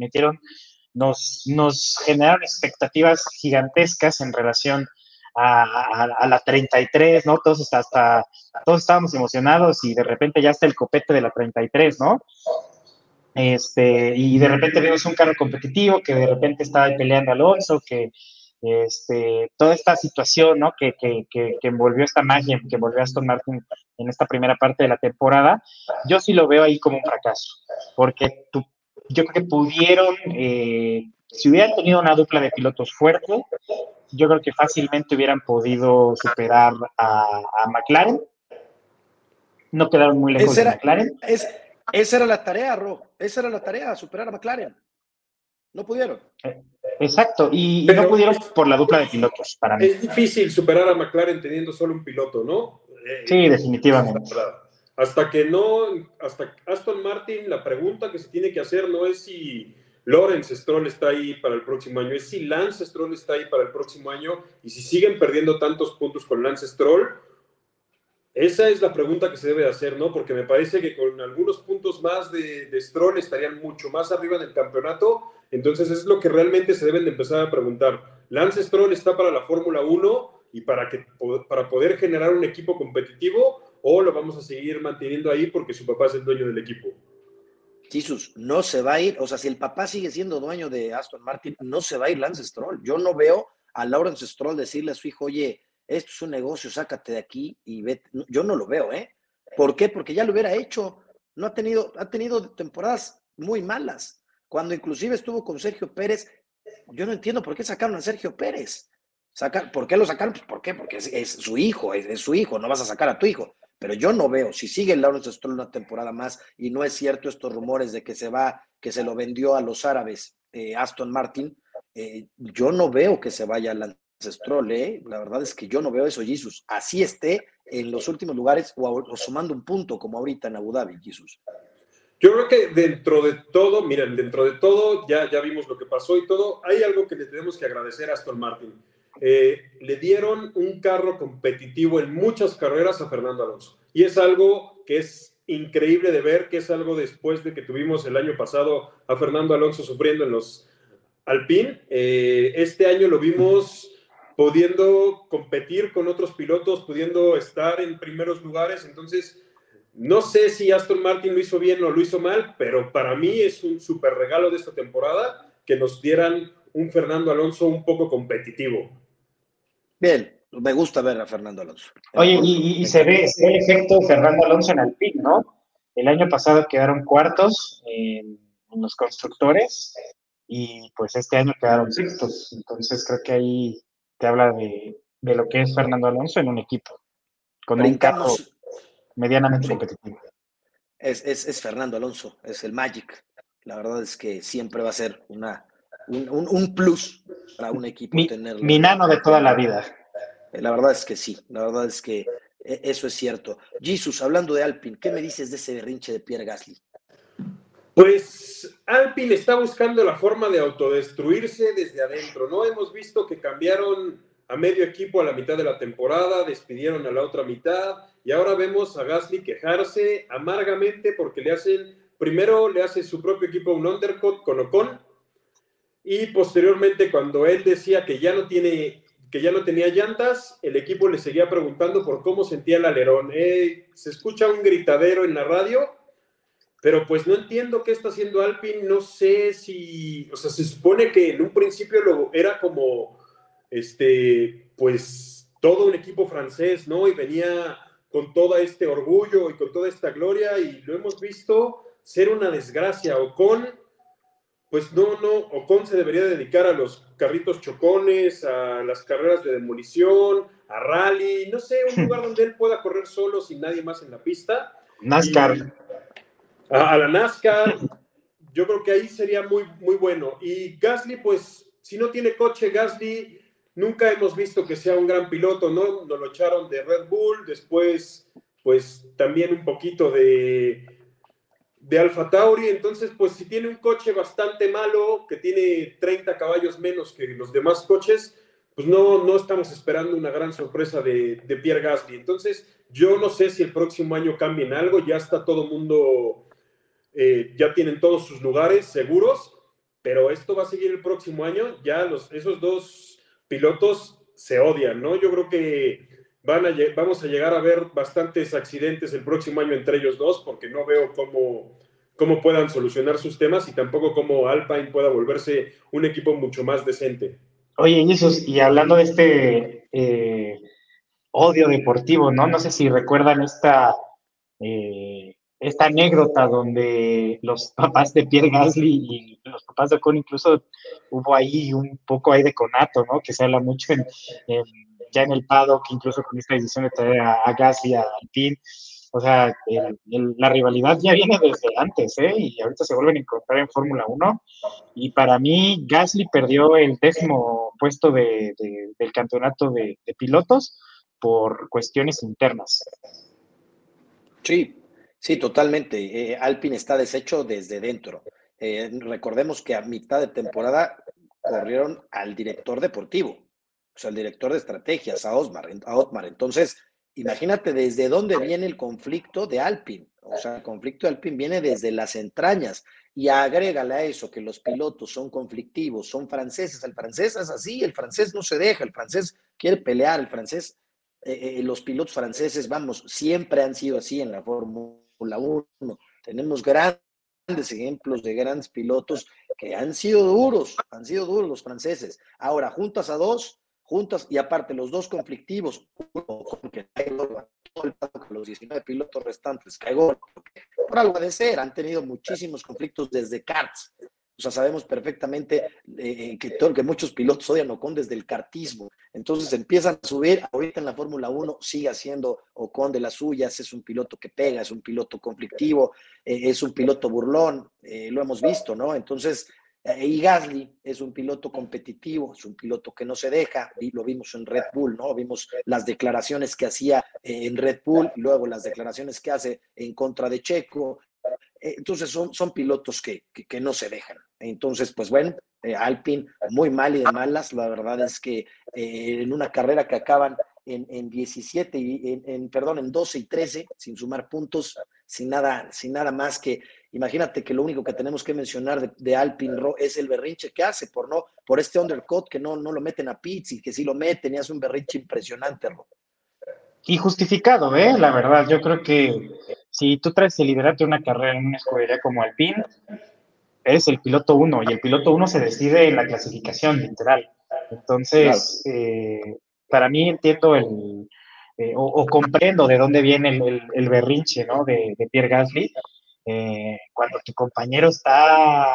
nos generaron expectativas gigantescas en relación a la 33, ¿no? Todos estábamos emocionados y de repente ya está el copete de la 33, ¿no? Y de repente vimos un carro competitivo que de repente estaba peleando Alonso, que toda esta situación, ¿no? que envolvió esta magia, que envolvió a Aston Martin en esta primera parte de la temporada, yo sí lo veo ahí como un fracaso, porque yo creo que pudieron, si hubieran tenido una dupla de pilotos fuerte, yo creo que fácilmente hubieran podido superar a McLaren. No quedaron muy lejos de McLaren. Esa era la tarea, Ro. Esa era la tarea, superar a McLaren. No pudieron. Exacto, y no pudieron por la dupla de pilotos, para mí. Es difícil superar a McLaren teniendo solo un piloto, ¿no? Sí, definitivamente. Hasta Aston Martin, la pregunta que se tiene que hacer no es si Lawrence Stroll está ahí para el próximo año, es si Lance Stroll está ahí para el próximo año y si siguen perdiendo tantos puntos con Lance Stroll. Esa es la pregunta que se debe hacer, ¿no? Porque me parece que con algunos puntos más de Stroll estarían mucho más arriba en el campeonato. Entonces es lo que realmente se deben de empezar a preguntar. ¿Lance Stroll está para la Fórmula 1 y para poder generar un equipo competitivo o lo vamos a seguir manteniendo ahí porque su papá es el dueño del equipo? Jesús, no se va a ir. O sea, si el papá sigue siendo dueño de Aston Martin, no se va a ir Lance Stroll. Yo no veo a Lawrence Stroll decirle a su hijo, oye, esto es un negocio, sácate de aquí y vete. Yo no lo veo, ¿eh? ¿Por qué? Porque ya lo hubiera hecho. No ha tenido temporadas muy malas. Cuando inclusive estuvo con Sergio Pérez, yo no entiendo por qué sacaron a Sergio Pérez. ¿Por qué lo sacaron? Pues ¿por qué? Porque es su hijo, es su hijo, no vas a sacar a tu hijo. Pero yo no veo, si sigue el Lawrence Stroll una temporada más y no es cierto estos rumores de que que se lo vendió a los árabes Aston Martin, yo no veo que se vaya Lance Stroll, la verdad es que yo no veo eso, Jesus. Así esté en los últimos lugares o sumando un punto como ahorita en Abu Dhabi, Jesus. Yo creo que dentro de todo, ya vimos lo que pasó y todo, hay algo que le tenemos que agradecer a Aston Martin. Le dieron un carro competitivo en muchas carreras a Fernando Alonso. Y es algo que es increíble de ver, que es algo después de que tuvimos el año pasado a Fernando Alonso sufriendo en los Alpine. Este año lo vimos pudiendo competir con otros pilotos, pudiendo estar en primeros lugares. Entonces, no sé si Aston Martin lo hizo bien o lo hizo mal, pero para mí es un súper regalo de esta temporada que nos dieran un Fernando Alonso un poco competitivo. Bien, me gusta ver a Fernando Alonso. Oye, y se ve el efecto Fernando Alonso en Alpine, ¿no? El año pasado quedaron cuartos en los constructores y pues este año quedaron sextos. Entonces creo que ahí te habla de lo que es Fernando Alonso en un equipo, con un carro medianamente competitivo. Es Fernando Alonso, es el Magic. La verdad es que siempre va a ser un plus para un equipo tenerlo. Mi nano de toda la vida. La verdad es que sí, la verdad es que eso es cierto. Jesus, hablando de Alpine, ¿qué me dices de ese berrinche de Pierre Gasly? Pues Alpine está buscando la forma de autodestruirse desde adentro, ¿no? Hemos visto que cambiaron a medio equipo a la mitad de la temporada, despidieron a la otra mitad y ahora vemos a Gasly quejarse amargamente porque primero le hace su propio equipo un undercut con Ocon y posteriormente cuando él decía que ya no tenía llantas, el equipo le seguía preguntando por cómo sentía el alerón. Se escucha un gritadero en la radio. Pero pues no entiendo qué está haciendo Alpine, no sé si, o sea, se supone que en un principio era como, pues todo un equipo francés, ¿no? Y venía con todo este orgullo y con toda esta gloria y lo hemos visto ser una desgracia. Ocon, pues no, Ocon se debería dedicar a los carritos chocones, a las carreras de demolición, a rally, no sé, un lugar donde él pueda correr solo sin nadie más en la pista. NASCAR. A la NASCAR, yo creo que ahí sería muy, muy bueno. Y Gasly, pues, si no tiene coche, Gasly, nunca hemos visto que sea un gran piloto, ¿no? Nos lo echaron de Red Bull, después, pues, también un poquito de Alfa Tauri. Entonces, pues, si tiene un coche bastante malo, que tiene 30 caballos menos que los demás coches, pues no estamos esperando una gran sorpresa de Pierre Gasly. Entonces, yo no sé si el próximo año cambien algo, ya está todo el mundo... ya tienen todos sus lugares seguros, pero esto va a seguir el próximo año. Ya esos dos pilotos se odian, ¿no? Yo creo que vamos a llegar a ver bastantes accidentes el próximo año entre ellos dos, porque no veo cómo puedan solucionar sus temas y tampoco cómo Alpine pueda volverse un equipo mucho más decente. Oye, Jesús, y hablando de este odio deportivo, ¿no? No sé si recuerdan esta anécdota donde los papás de Pierre Gasly y los papás de Ocon, incluso hubo ahí un poco ahí de conato, ¿no? Que se habla mucho ya en el paddock, incluso con esta decisión de traer a Gasly a Alpine. O sea, la rivalidad ya viene desde antes, ¿eh? Y ahorita se vuelven a encontrar en Fórmula 1. Y para mí, Gasly perdió el 10º puesto del campeonato de pilotos por cuestiones internas. Sí, totalmente. Alpine está deshecho desde dentro. Recordemos que a mitad de temporada corrieron al director deportivo, o sea, al director de estrategias, a Otmar. Entonces, imagínate desde dónde viene el conflicto de Alpine. O sea, el conflicto de Alpine viene desde las entrañas. Y agrégale a eso que los pilotos son conflictivos, son franceses. El francés es así, el francés no se deja, el francés quiere pelear, el francés, los pilotos franceses, vamos, siempre han sido así en la Fórmula 1. Tenemos grandes ejemplos de grandes pilotos que han sido duros los franceses. Ahora, juntas y aparte los dos conflictivos, uno con que todo el con los 19 pilotos restantes, caigo por algo de ser, han tenido muchísimos conflictos desde karts. O sea, sabemos perfectamente que muchos pilotos odian Ocon desde el kartismo. Entonces empiezan a subir. Ahorita en la Fórmula 1 sigue haciendo Ocon de las suyas. Es un piloto que pega, es un piloto conflictivo, es un piloto burlón. Lo hemos visto, ¿no? Entonces, y Gasly es un piloto competitivo, es un piloto que no se deja. Y lo vimos en Red Bull, ¿no? Vimos las declaraciones que hacía en Red Bull y luego las declaraciones que hace en contra de Checo. Entonces son pilotos que no se dejan. Entonces, pues bueno, Alpine muy mal y de malas. La verdad es que en una carrera que acaban en 17 y en 12 y 13, sin sumar puntos, sin nada más que, imagínate que lo único que tenemos que mencionar de Alpine es el berrinche que hace por este undercut que no lo meten a pits y que sí lo meten y hace un berrinche impresionante, Ro. Y justificado, la verdad, yo creo que si tú traes el liderato de una carrera en una escudería como Alpine, eres el piloto 1 y el piloto 1 se decide en la clasificación, literal. Entonces, claro. Para mí entiendo o comprendo de dónde viene el berrinche, ¿no? De Pierre Gasly, cuando tu compañero está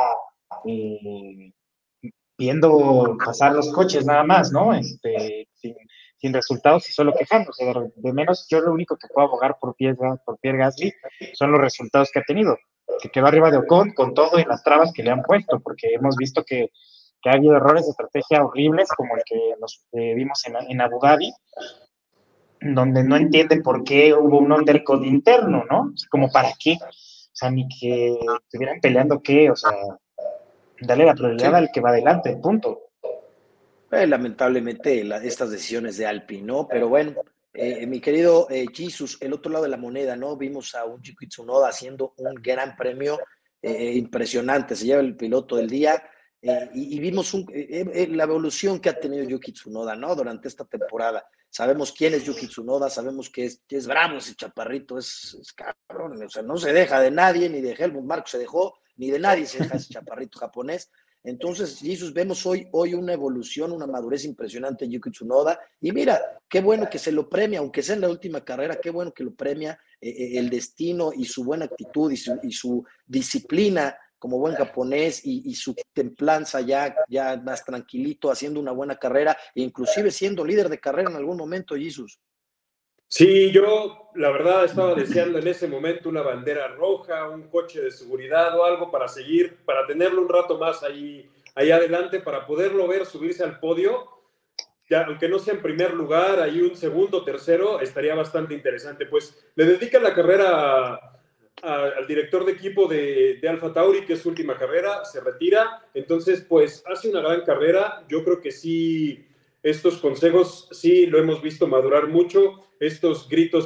viendo pasar los coches nada más, ¿no? Sin resultados y solo quejándose. De menos, yo lo único que puedo abogar por Pierre Gasly son los resultados que ha tenido, que quedó arriba de Ocon con todo y las trabas que le han puesto, porque hemos visto que ha habido errores de estrategia horribles, como el que nos vimos en Abu Dhabi, donde no entienden por qué hubo un undercut interno, ¿no? Como para qué. sea, ni que estuvieran peleando qué, o sea, darle la prioridad Sí. al que va adelante, punto. Lamentablemente estas decisiones de Alpine, ¿no? Pero bueno, mi querido Jesus, el otro lado de la moneda, ¿no? Vimos a un Yuki Tsunoda haciendo un gran premio impresionante, se lleva el piloto del día y vimos la evolución que ha tenido Yuki Tsunoda, ¿no? Durante esta temporada. Sabemos quién es Yuki Tsunoda, sabemos que es bravo ese chaparrito, es cabrón, o sea, no se deja de nadie, ni de Helmut Marko se dejó, ni de nadie se deja ese chaparrito japonés. Entonces, Jesus, vemos hoy una evolución, una madurez impresionante en Yuki Tsunoda. Y mira, qué bueno que se lo premia, aunque sea en la última carrera, qué bueno que lo premia el destino y su buena actitud y su disciplina como buen japonés y su templanza ya más tranquilito, haciendo una buena carrera, e inclusive siendo líder de carrera en algún momento, Jesus. Sí, yo la verdad estaba deseando en ese momento una bandera roja, un coche de seguridad o algo para seguir, para tenerlo un rato más ahí adelante, para poderlo ver subirse al podio. Ya, aunque no sea en primer lugar, ahí un segundo, tercero, estaría bastante interesante. Pues le dedica la carrera al director de equipo de Alfa Tauri, que es su última carrera, se retira. Entonces, pues hace una gran carrera. Yo creo que sí, estos consejos sí lo hemos visto madurar mucho. Estos gritos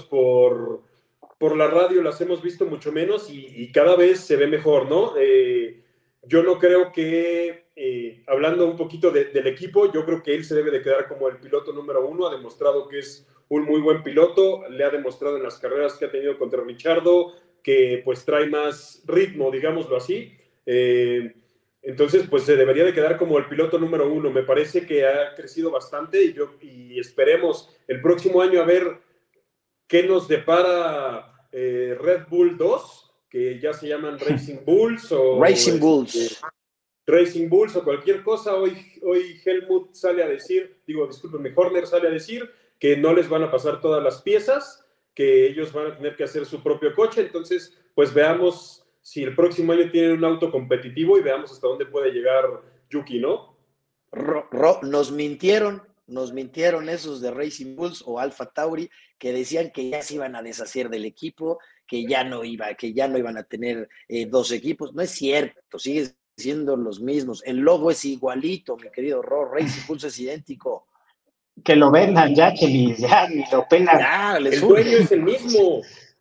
por la radio las hemos visto mucho menos y cada vez se ve mejor, ¿no? Yo no creo que, hablando un poquito del equipo, yo creo que él se debe de quedar como el piloto número 1, ha demostrado que es un muy buen piloto, le ha demostrado en las carreras que ha tenido contra Richardo, que pues trae más ritmo, digámoslo así. Entonces, pues se debería de quedar como el piloto número 1. Me parece que ha crecido bastante y esperemos el próximo año a ver qué nos depara Red Bull 2, que ya se llaman Racing Bulls o Racing Bulls. Racing Bulls o cualquier cosa. Hoy Helmut sale a decir, discúlpenme, Horner sale a decir que no les van a pasar todas las piezas, que ellos van a tener que hacer su propio coche. Entonces, pues veamos si el próximo año tienen un auto competitivo y veamos hasta dónde puede llegar Yuki, ¿no? Nos mintieron esos de Racing Bulls o Alfa Tauri que decían que ya se iban a deshacer del equipo, que ya no iban a tener dos equipos. No es cierto, sigue siendo los mismos. El logo es igualito, mi querido Racing Bulls es idéntico. Que lo vendan ya, Chelis, ya ni lo pelan. Ya, el dueño es el mismo.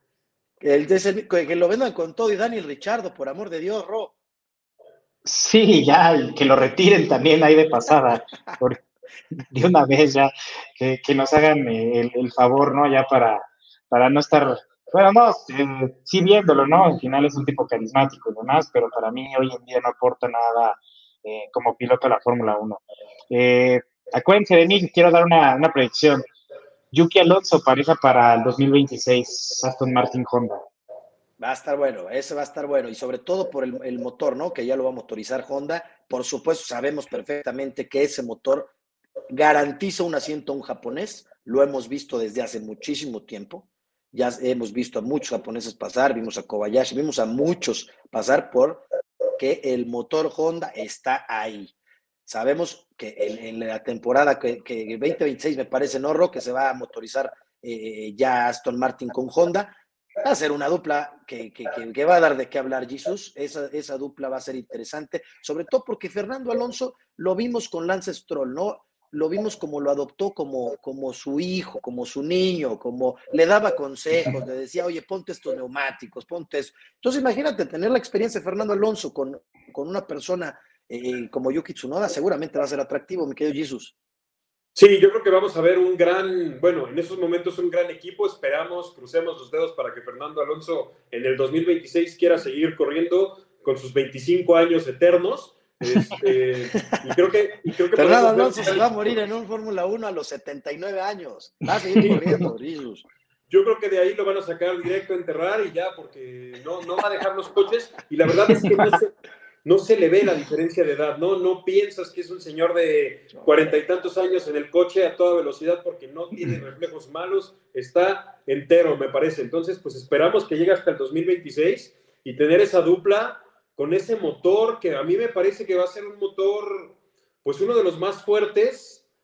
Que lo vendan con todo y Daniel Richardo, por amor de Dios, Ro. Sí, ya, y que lo retiren también ahí de pasada, de una vez ya, que nos hagan el favor, ¿no? Ya para no estar, bueno, no, sí viéndolo, ¿no? Al final es un tipo carismático y demás, pero para mí hoy en día no aporta nada como piloto de la Fórmula 1. Acuérdense de mí que quiero dar una predicción. Yuki Alonso, pareja para el 2026, Aston Martin Honda. Va a estar bueno, ese va a estar bueno, y sobre todo por el motor, ¿no? Que ya lo va a motorizar Honda. Por supuesto, sabemos perfectamente que ese motor garantiza un asiento a un japonés, lo hemos visto desde hace muchísimo tiempo, ya hemos visto a muchos japoneses pasar, vimos a Kobayashi, vimos a muchos pasar por que el motor Honda está ahí. Sabemos que en la temporada que 2026 me parece, ¿no, Ro? Que se va a motorizar ya Aston Martin con Honda. Va a ser una dupla que va a dar de qué hablar, Jesus. Esa dupla va a ser interesante, sobre todo porque Fernando Alonso lo vimos con Lance Stroll, ¿no? Lo vimos como lo adoptó como su hijo, como su niño, como le daba consejos, le decía, oye, ponte estos neumáticos, ponte eso. Entonces, imagínate tener la experiencia de Fernando Alonso con una persona como Yuki Tsunoda, seguramente va a ser atractivo, mi querido Jesus. Sí, yo creo que vamos a ver bueno, en esos momentos un gran equipo. Esperamos, crucemos los dedos para que Fernando Alonso en el 2026 quiera seguir corriendo con sus 25 años eternos. Y creo que Fernando Alonso se va a morir en un Fórmula 1 a los 79 años. Va a seguir corriendo, Jesus. Yo creo que de ahí lo van a sacar directo a enterrar y ya, porque no va a dejar los coches. Y la verdad es que no se le ve la diferencia de edad, no piensas que es un señor de 40 y tantos años en el coche a toda velocidad porque no tiene reflejos malos, está entero, me parece. Entonces, pues esperamos que llegue hasta el 2026 y tener esa dupla con ese motor que a mí me parece que va a ser un motor, pues uno de los más fuertes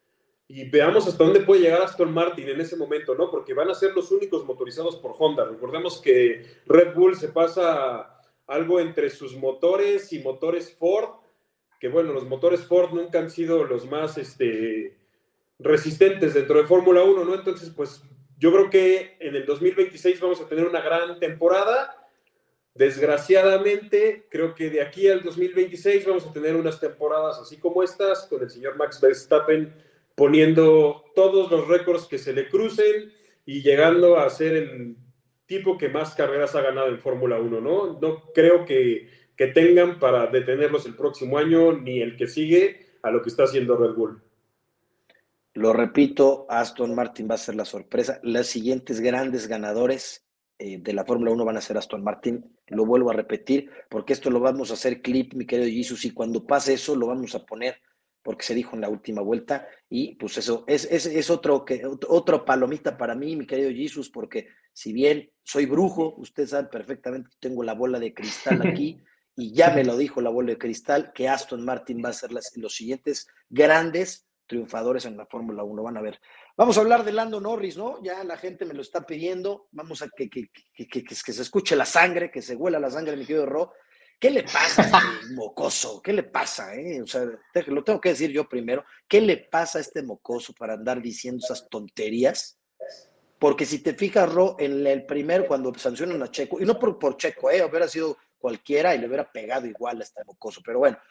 y veamos hasta dónde puede llegar Aston Martin en ese momento, ¿no? Porque van a ser los únicos motorizados por Honda. Recordemos que Red Bull se pasa algo entre sus motores y motores Ford, que bueno, los motores Ford nunca han sido los más resistentes dentro de Fórmula 1, ¿no? Entonces, pues yo creo que en el 2026 vamos a tener una gran temporada. Desgraciadamente, creo que de aquí al 2026 vamos a tener unas temporadas así como estas, con el señor Max Verstappen poniendo todos los récords que se le crucen y llegando a ser el tipo que más carreras ha ganado en Fórmula 1, ¿no? No creo que tengan para detenerlos el próximo año ni el que sigue a lo que está haciendo Red Bull. Lo repito, Aston Martin va a ser la sorpresa. Los siguientes grandes ganadores de la Fórmula 1 van a ser Aston Martin. Lo vuelvo a repetir, porque esto lo vamos a hacer clip, mi querido Jesus, y cuando pase eso lo vamos a poner, porque se dijo en la última vuelta, y pues eso es otro palomita para mí, mi querido Jesus, porque si bien soy brujo, usted sabe perfectamente que tengo la bola de cristal aquí, y ya me lo dijo la bola de cristal, que Aston Martin va a ser los siguientes grandes triunfadores en la Fórmula 1, van a ver. Vamos a hablar de Lando Norris, ¿no? Ya la gente me lo está pidiendo, vamos a que se escuche la sangre, que se huela la sangre, mi querido Ro. ¿Qué le pasa a este mocoso? ¿Qué le pasa, O sea, lo tengo que decir yo primero. ¿Qué le pasa a este mocoso para andar diciendo esas tonterías? Porque si te fijas, Ro, en el primer, cuando sancionan a Checo, y no por Checo, hubiera sido cualquiera y le hubiera pegado igual a este mocoso, pero bueno,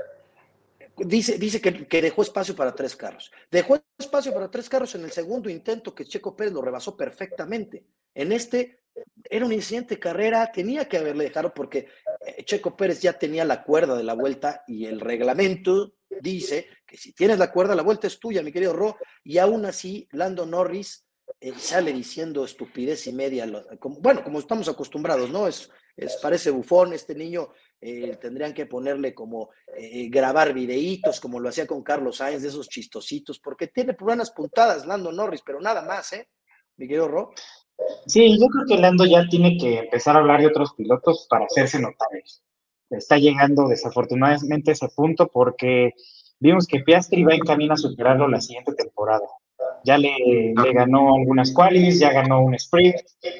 dice que dejó espacio para 3 carros. Dejó espacio para 3 carros en el segundo intento que Checo Pérez lo rebasó perfectamente. En este era un incidente de carrera, tenía que haberle dejado porque Checo Pérez ya tenía la cuerda de la vuelta y el reglamento dice que si tienes la cuerda, la vuelta es tuya, mi querido Ro, y aún así Lando Norris sale diciendo estupidez y media, como estamos acostumbrados, ¿no? Parece bufón este niño. Tendrían que ponerle como grabar videitos, como lo hacía con Carlos Sainz, de esos chistositos, porque tiene buenas puntadas Lando Norris, pero nada más, mi querido Ro. Sí, yo creo que Lando ya tiene que empezar a hablar de otros pilotos para hacerse notar. Está llegando desafortunadamente a ese punto porque vimos que Piastri va en camino a superarlo la siguiente temporada. Ya le ganó algunas qualis, ya ganó un sprint,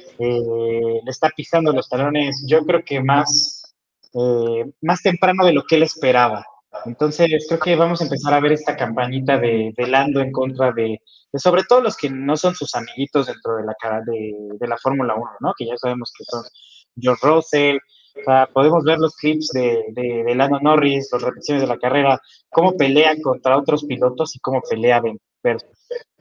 le está pisando los talones, yo creo que más temprano de lo que él esperaba. Entonces, creo que vamos a empezar a ver esta campañita de Lando en contra de sobre todo los que no son sus amiguitos dentro de la Fórmula 1, ¿no? Que ya sabemos que son George Russell. O sea, podemos ver los clips de Lando Norris, las repeticiones de la carrera, cómo pelea contra otros pilotos y cómo pelea versus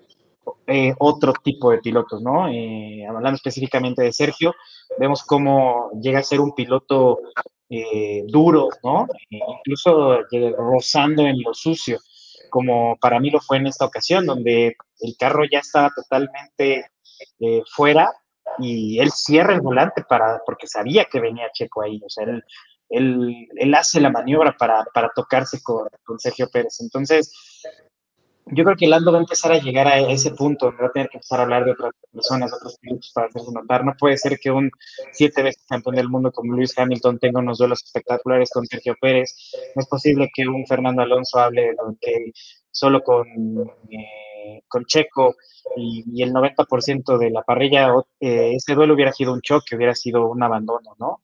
otro tipo de pilotos, ¿no? Hablando específicamente de Sergio, vemos cómo llega a ser un piloto duro, ¿no? Incluso rozando en lo sucio, como para mí lo fue en esta ocasión, donde el carro ya estaba totalmente fuera y él cierra el volante porque sabía que venía Checo ahí, o sea, él hace la maniobra para tocarse con Sergio Pérez. Entonces, yo creo que Lando va a empezar a llegar a ese punto donde va a tener que empezar a hablar de otras personas, de otros pilotos para hacerse notar. No puede ser que un 7 veces campeón del mundo como Lewis Hamilton tenga unos duelos espectaculares con Sergio Pérez. No es posible que un Fernando Alonso hable solo con Checo y el 90% de la parrilla, ese duelo hubiera sido un choque, hubiera sido un abandono, ¿no?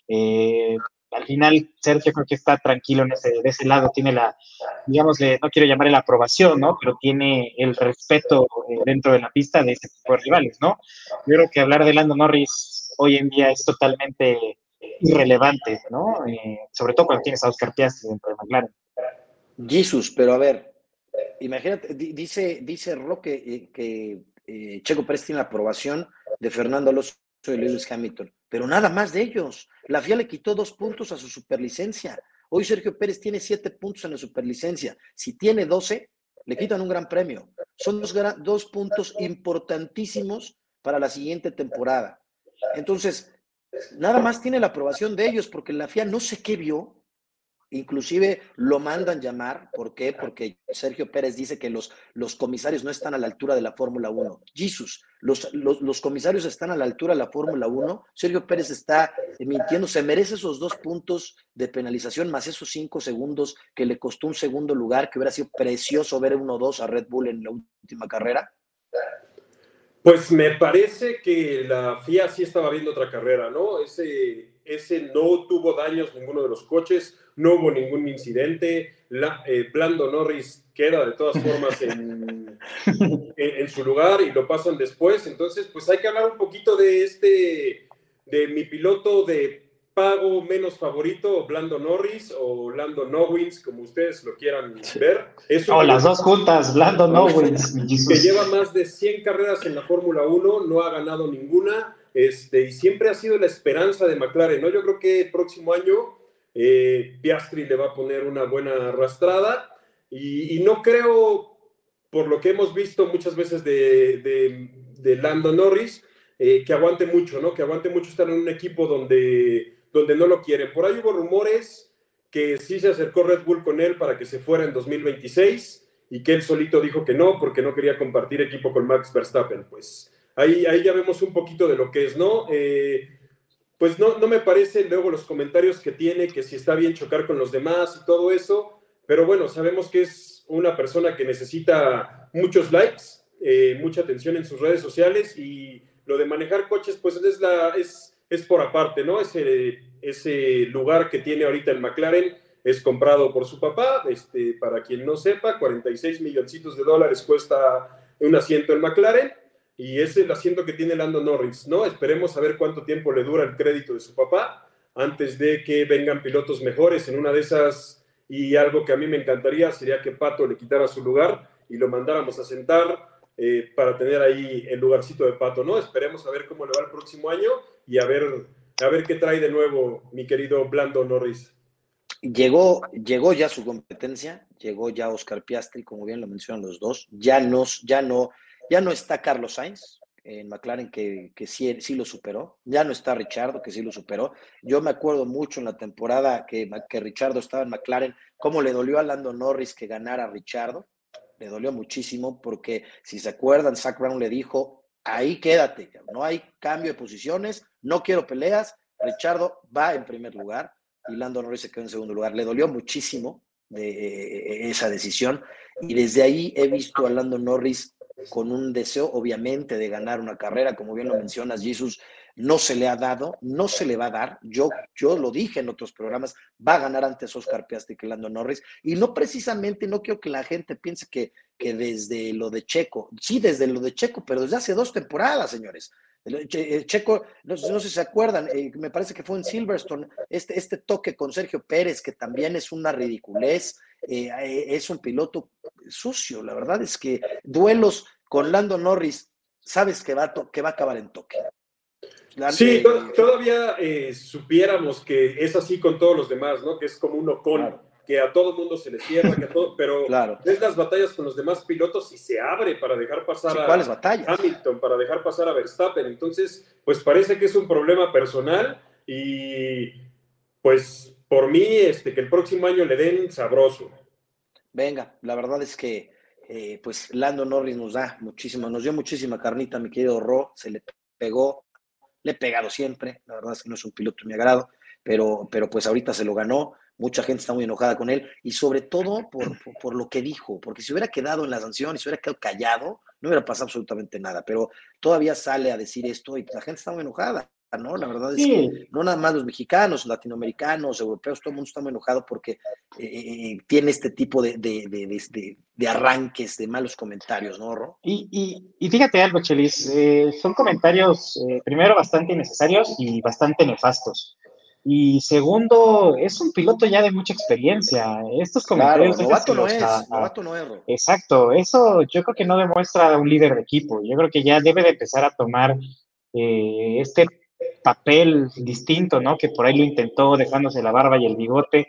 Al final, Sergio creo que está tranquilo de ese lado, tiene digamos, no quiero llamarle la aprobación, ¿no? Pero tiene el respeto dentro de la pista de ese tipo de rivales, ¿no? Yo creo que hablar de Lando Norris hoy en día es totalmente irrelevante, ¿no? Sobre todo cuando tienes a Oscar Piastri dentro de McLaren. Jesus, pero a ver, imagínate, dice Roque que Checo Pérez tiene la aprobación de Fernando Alonso y Lewis Hamilton, pero nada más de ellos. La FIA le quitó 2 puntos a su superlicencia. Hoy Sergio Pérez tiene 7 puntos en la superlicencia. Si tiene 12, le quitan un gran premio. Son 2 puntos importantísimos para la siguiente temporada. Entonces, nada más tiene la aprobación de ellos porque la FIA no sé qué vio inclusive lo mandan llamar. ¿Por qué? Porque Sergio Pérez dice que los comisarios no están a la altura de la Fórmula 1. Jesus, los comisarios están a la altura de la Fórmula 1. Sergio Pérez está mintiendo, se merece esos 2 puntos de penalización más esos 5 segundos que le costó un segundo lugar, que hubiera sido precioso ver 1-2 a Red Bull en la última carrera. Pues me parece que la FIA sí estaba viendo otra carrera, ¿no? Ese no tuvo daños ninguno de los coches, no hubo ningún incidente. Lando Norris queda de todas formas en su lugar y lo pasan después. Entonces, pues hay que hablar un poquito de mi piloto de pago menos favorito, Lando Norris o Lando Norris, como ustedes lo quieran ver. Las dos juntas, Lando Norris. Que lleva más de 100 carreras en la Fórmula 1, no ha ganado ninguna, y siempre ha sido la esperanza de McLaren, ¿no? Yo creo que el próximo año Piastri le va a poner una buena arrastrada, y no creo, por lo que hemos visto muchas veces de Lando Norris, que aguante mucho, ¿no? Que aguante mucho estar en un equipo donde no lo quieren. Por ahí hubo rumores que sí se acercó Red Bull con él para que se fuera en 2026 y que él solito dijo que no, porque no quería compartir equipo con Max Verstappen. Pues ahí ya vemos un poquito de lo que es, ¿no? Pues no me parece luego los comentarios que tiene, que si está bien chocar con los demás y todo eso, pero bueno, sabemos que es una persona que necesita muchos likes, mucha atención en sus redes sociales, y lo de manejar coches, pues es por aparte, ¿no? Ese lugar que tiene ahorita en McLaren es comprado por su papá. Para quien no sepa, 46 milloncitos de dólares cuesta un asiento en McLaren, y es el asiento que tiene Lando Norris, ¿no? Esperemos a ver cuánto tiempo le dura el crédito de su papá antes de que vengan pilotos mejores. En una de esas, y algo que a mí me encantaría, sería que Pato le quitara su lugar y lo mandáramos a sentar para tener ahí el lugarcito de Pato, ¿no? Esperemos a ver cómo le va el próximo año y a ver qué trae de nuevo mi querido Lando Norris. Llegó ya su competencia, llegó ya Oscar Piastri, como bien lo mencionan los dos. Ya no está Carlos Sainz en McLaren, que sí lo superó. Ya no está Richardo, que sí lo superó. Yo me acuerdo mucho en la temporada que Richardo estaba en McLaren, cómo le dolió a Lando Norris que ganara a Richardo. Le dolió muchísimo, porque si se acuerdan, Zak Brown le dijo: ahí quédate, no hay cambio de posiciones, no quiero peleas. Richardo va en primer lugar y Lando Norris se quedó en segundo lugar. Le dolió muchísimo de esa decisión, y desde ahí he visto a Lando Norris con un deseo, obviamente, de ganar una carrera. Como bien lo mencionas, Jesus, no se le ha dado, no se le va a dar. Yo lo dije en otros programas, va a ganar antes Oscar Piastri que Lando Norris, y no precisamente, no quiero que la gente piense que desde lo de Checo, sí, desde lo de Checo, pero desde hace 2 temporadas, señores. Checo, no sé si se acuerdan, me parece que fue en Silverstone, este toque con Sergio Pérez, que también es una ridiculez. Es un piloto sucio. La verdad es que duelos con Lando Norris, sabes que va a acabar en toque. Sí, todavía supiéramos que es así con todos los demás, ¿no? Que es como un Ocon, claro, que a todo mundo se le cierra, pero claro, ves las batallas con los demás pilotos y se abre para dejar pasar a Hamilton, para dejar pasar a Verstappen. Entonces, pues parece que es un problema personal, y pues por mí, que el próximo año le den sabroso. Venga, la verdad es que pues Lando Norris nos dio muchísima carnita, mi querido Ro. Se le pegó, le he pegado siempre. La verdad es que no es un piloto de mi agrado, pero pues ahorita se lo ganó. Mucha gente está muy enojada con él, y sobre todo por lo que dijo, porque si hubiera quedado en la sanción y si hubiera quedado callado, no hubiera pasado absolutamente nada, pero todavía sale a decir esto y la gente está muy enojada, ¿no? La verdad es que no nada más los mexicanos, latinoamericanos, europeos, todo el mundo está muy enojado porque tiene este tipo de arranques, de malos comentarios, ¿no, Ro? Y fíjate algo, Chelis, son comentarios, primero, bastante innecesarios y bastante nefastos. Y segundo, es un piloto ya de mucha experiencia. Estos comentarios... Claro, novato no es, Ro. Exacto, eso yo creo que no demuestra un líder de equipo. Yo creo que ya debe de empezar a tomar este papel distinto, ¿no? Que por ahí lo intentó dejándose la barba y el bigote,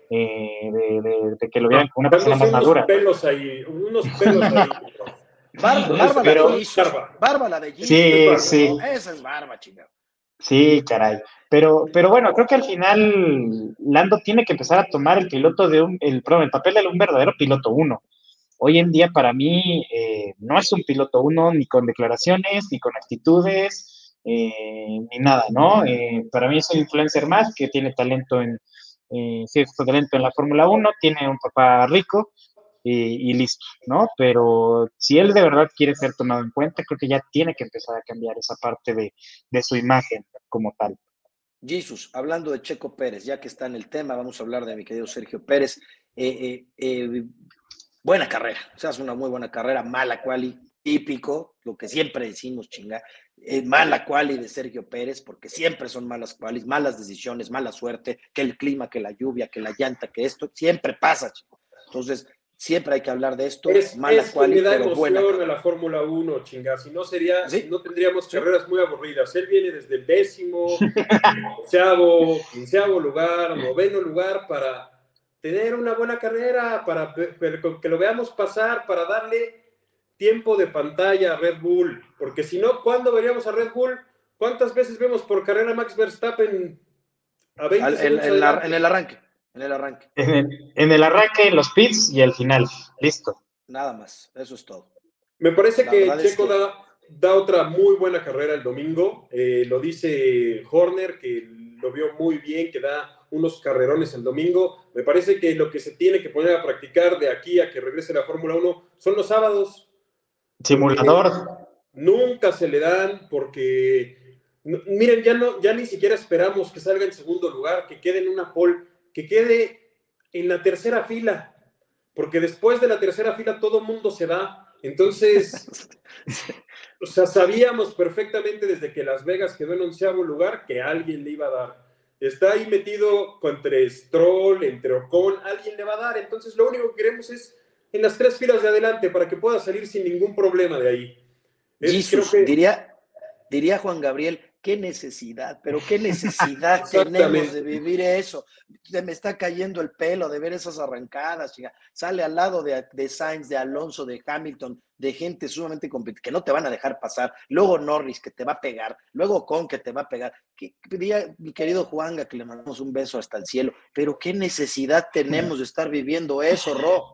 de que lo vieran como una persona más madura. Unos pelos ahí. Barba la de Jesus. Sí, sí. Esa es barba, chingado. Sí, caray. Pero bueno, creo que al final Lando tiene que empezar a tomar el piloto perdón, el papel de un verdadero piloto uno. Hoy en día para mí no es un piloto uno ni con declaraciones, ni con actitudes, ni nada, ¿no? Para mí es un influencer más que tiene talento cierto talento en la Fórmula Uno, tiene un papá rico y listo, ¿no? Pero si él de verdad quiere ser tomado en cuenta, creo que ya tiene que empezar a cambiar esa parte de su imagen como tal. Jesus, hablando de Checo Pérez, ya que está en el tema, vamos a hablar de mi querido Sergio Pérez. Buena carrera, o sea, es una muy buena carrera, mala quali, típico, lo que siempre decimos, chinga, mala quali de Sergio Pérez, porque siempre son malas qualis, malas decisiones, mala suerte, que el clima, que la lluvia, que la llanta, que esto, siempre pasa, chico. Entonces, siempre hay que hablar de esto, mala Es que quali, le da pero buena emoción a carrera. la Fórmula 1, chinga. Si no ¿Sí? no tendríamos ¿Sí? carreras muy aburridas. Él viene desde el 10º, 12º, 15º lugar, 9º lugar para tener una buena carrera, para que lo veamos pasar, para darle tiempo de pantalla a Red Bull. Porque si no, ¿cuándo veríamos a Red Bull? ¿Cuántas veces vemos por carrera a Max Verstappen a 20 segundos En el adelante? arranque, en el arranque. En el arranque, en los pits y al final. Listo. Nada más, eso es todo. Me parece La que verdad es Checo que da otra muy buena carrera el domingo. Lo dice Horner, que lo vio muy bien, que da unos carrerones el domingo. Me parece que lo que se tiene que poner a practicar de aquí a que regrese la Fórmula 1 son los sábados, porque Simulador. nunca se le dan, porque miren, ya ni siquiera esperamos que salga en segundo lugar, que quede en una pole, que quede en la tercera fila, porque después de la tercera fila todo mundo se da. Entonces, o sea, sabíamos perfectamente desde que Las Vegas quedó en 11º lugar que alguien le iba a dar. Está ahí metido entre Stroll, entre Ocon, alguien le va a dar. Entonces, lo único que queremos es en las 3 filas de adelante para que pueda salir sin ningún problema de ahí. Creo Jesus, que diría Juan Gabriel, qué necesidad, pero qué necesidad tenemos de exactamente. vivir eso. Se me está cayendo el pelo de ver esas arrancadas, chica. Sale al lado de Sainz, de Alonso, de Hamilton, de gente sumamente competitiva, que no te van a dejar pasar. Luego Norris, que te va a pegar. Luego Con, que te va a pegar. Diría mi querido Juanga, que le mandamos un beso hasta el cielo. Pero qué necesidad tenemos de estar viviendo eso, Ro.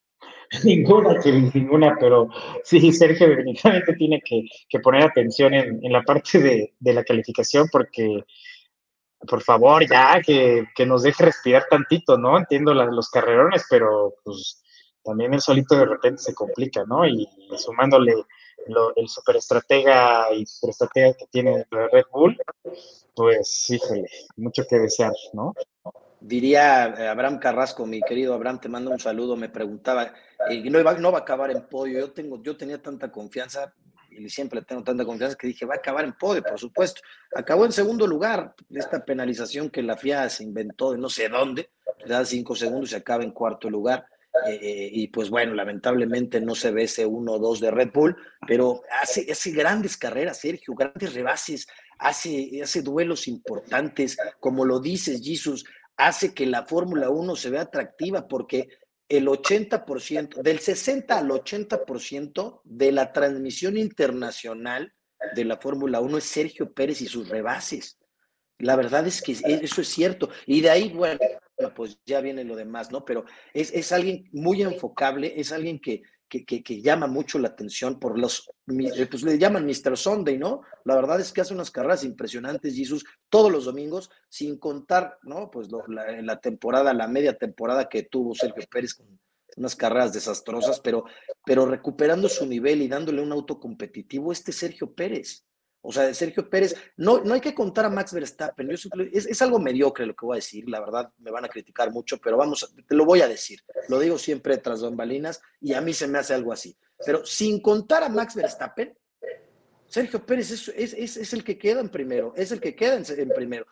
Ninguna, pero sí, Sergio definitivamente tiene que poner atención en la parte de la calificación porque, por favor, ya que nos deje respirar tantito, ¿no? Entiendo los carrerones, pero pues también el solito de repente se complica, ¿no? Y sumándole el superestratega y superestratega que tiene dentro de Red Bull, pues, híjole, mucho que desear, ¿no? Diría Abraham Carrasco, mi querido Abraham, te mando un saludo, me preguntaba, no va a acabar en podio, yo tenía tanta confianza, y siempre tengo tanta confianza que dije, va a acabar en podio, por supuesto. Acabó en segundo lugar, esta penalización que la FIA se inventó de no sé dónde, te da 5 segundos y acaba en cuarto lugar. Y pues bueno, lamentablemente no se ve ese 1-2 de Red Bull, pero hace grandes carreras, Sergio, grandes rebases, hace duelos importantes, como lo dices, Jesus, hace que la Fórmula 1 se vea atractiva porque el 80%, del 60 al 80% de la transmisión internacional de la Fórmula 1 es Sergio Pérez y sus rebases. La verdad es que eso es cierto. Y de ahí, bueno, pues ya viene lo demás, ¿no? Pero es alguien muy enfocable, es alguien que llama mucho la atención por pues le llaman Mr. Sunday, ¿no? La verdad es que hace unas carreras impresionantes, Jesús, todos los domingos, sin contar, ¿no? Pues la temporada, la media temporada que tuvo Sergio Pérez con unas carreras desastrosas, pero recuperando su nivel y dándole un auto competitivo, Sergio Pérez. O sea, de Sergio Pérez, no hay que contar a Max Verstappen. Es algo mediocre lo que voy a decir, la verdad me van a criticar mucho, pero te lo voy a decir. Lo digo siempre tras bambalinas y a mí se me hace algo así. Pero sin contar a Max Verstappen, Sergio Pérez es el que queda en primero, es el que queda en primero.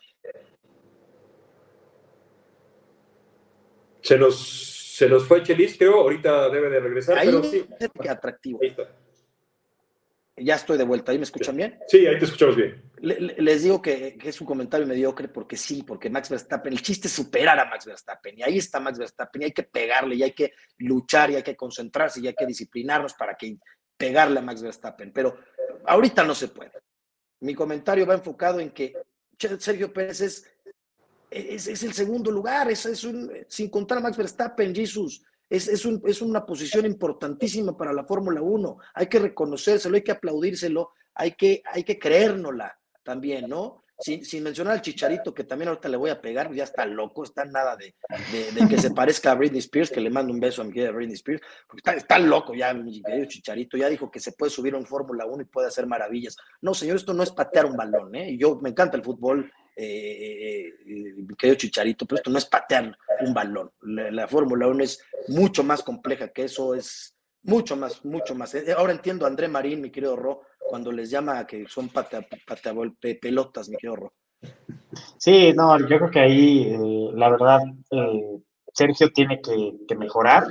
Se nos fue Chelis, creo, ahorita debe de regresar, pero Ahí sí. es el que atractivo. Ahí está. Ya estoy de vuelta, ¿ahí me escuchan bien? Sí, ahí te escuchamos bien. Les digo que es un comentario mediocre porque sí, porque Max Verstappen, el chiste es superar a Max Verstappen y ahí está Max Verstappen y hay que pegarle y hay que luchar y hay que concentrarse y hay que disciplinarnos para que pegarle a Max Verstappen, pero ahorita no se puede. mi comentario va enfocado en que Sergio Pérez es el segundo lugar, sin contar a Max Verstappen, Jesus. Es una posición importantísima para la Fórmula 1. Hay que reconocérselo, hay que aplaudírselo, hay que creérnosla también, ¿no? Sin mencionar al Chicharito, que también ahorita le voy a pegar, ya está loco, está nada de que se parezca a Britney Spears, que le mando un beso a mi querida Britney Spears, porque está loco ya, mi querido Chicharito, ya dijo que se puede subir a un Fórmula 1 y puede hacer maravillas. No, señor, esto no es patear un balón, ¿eh? Yo me encanta el fútbol, mi querido Chicharito, pero esto no es patear un balón. La Fórmula 1 es mucho más compleja que eso, es mucho más. Ahora entiendo a André Marín, mi querido Ro, cuando les llama que son pelotas, mi querido Ro. Sí, no, yo creo que ahí, la verdad, Sergio tiene que mejorar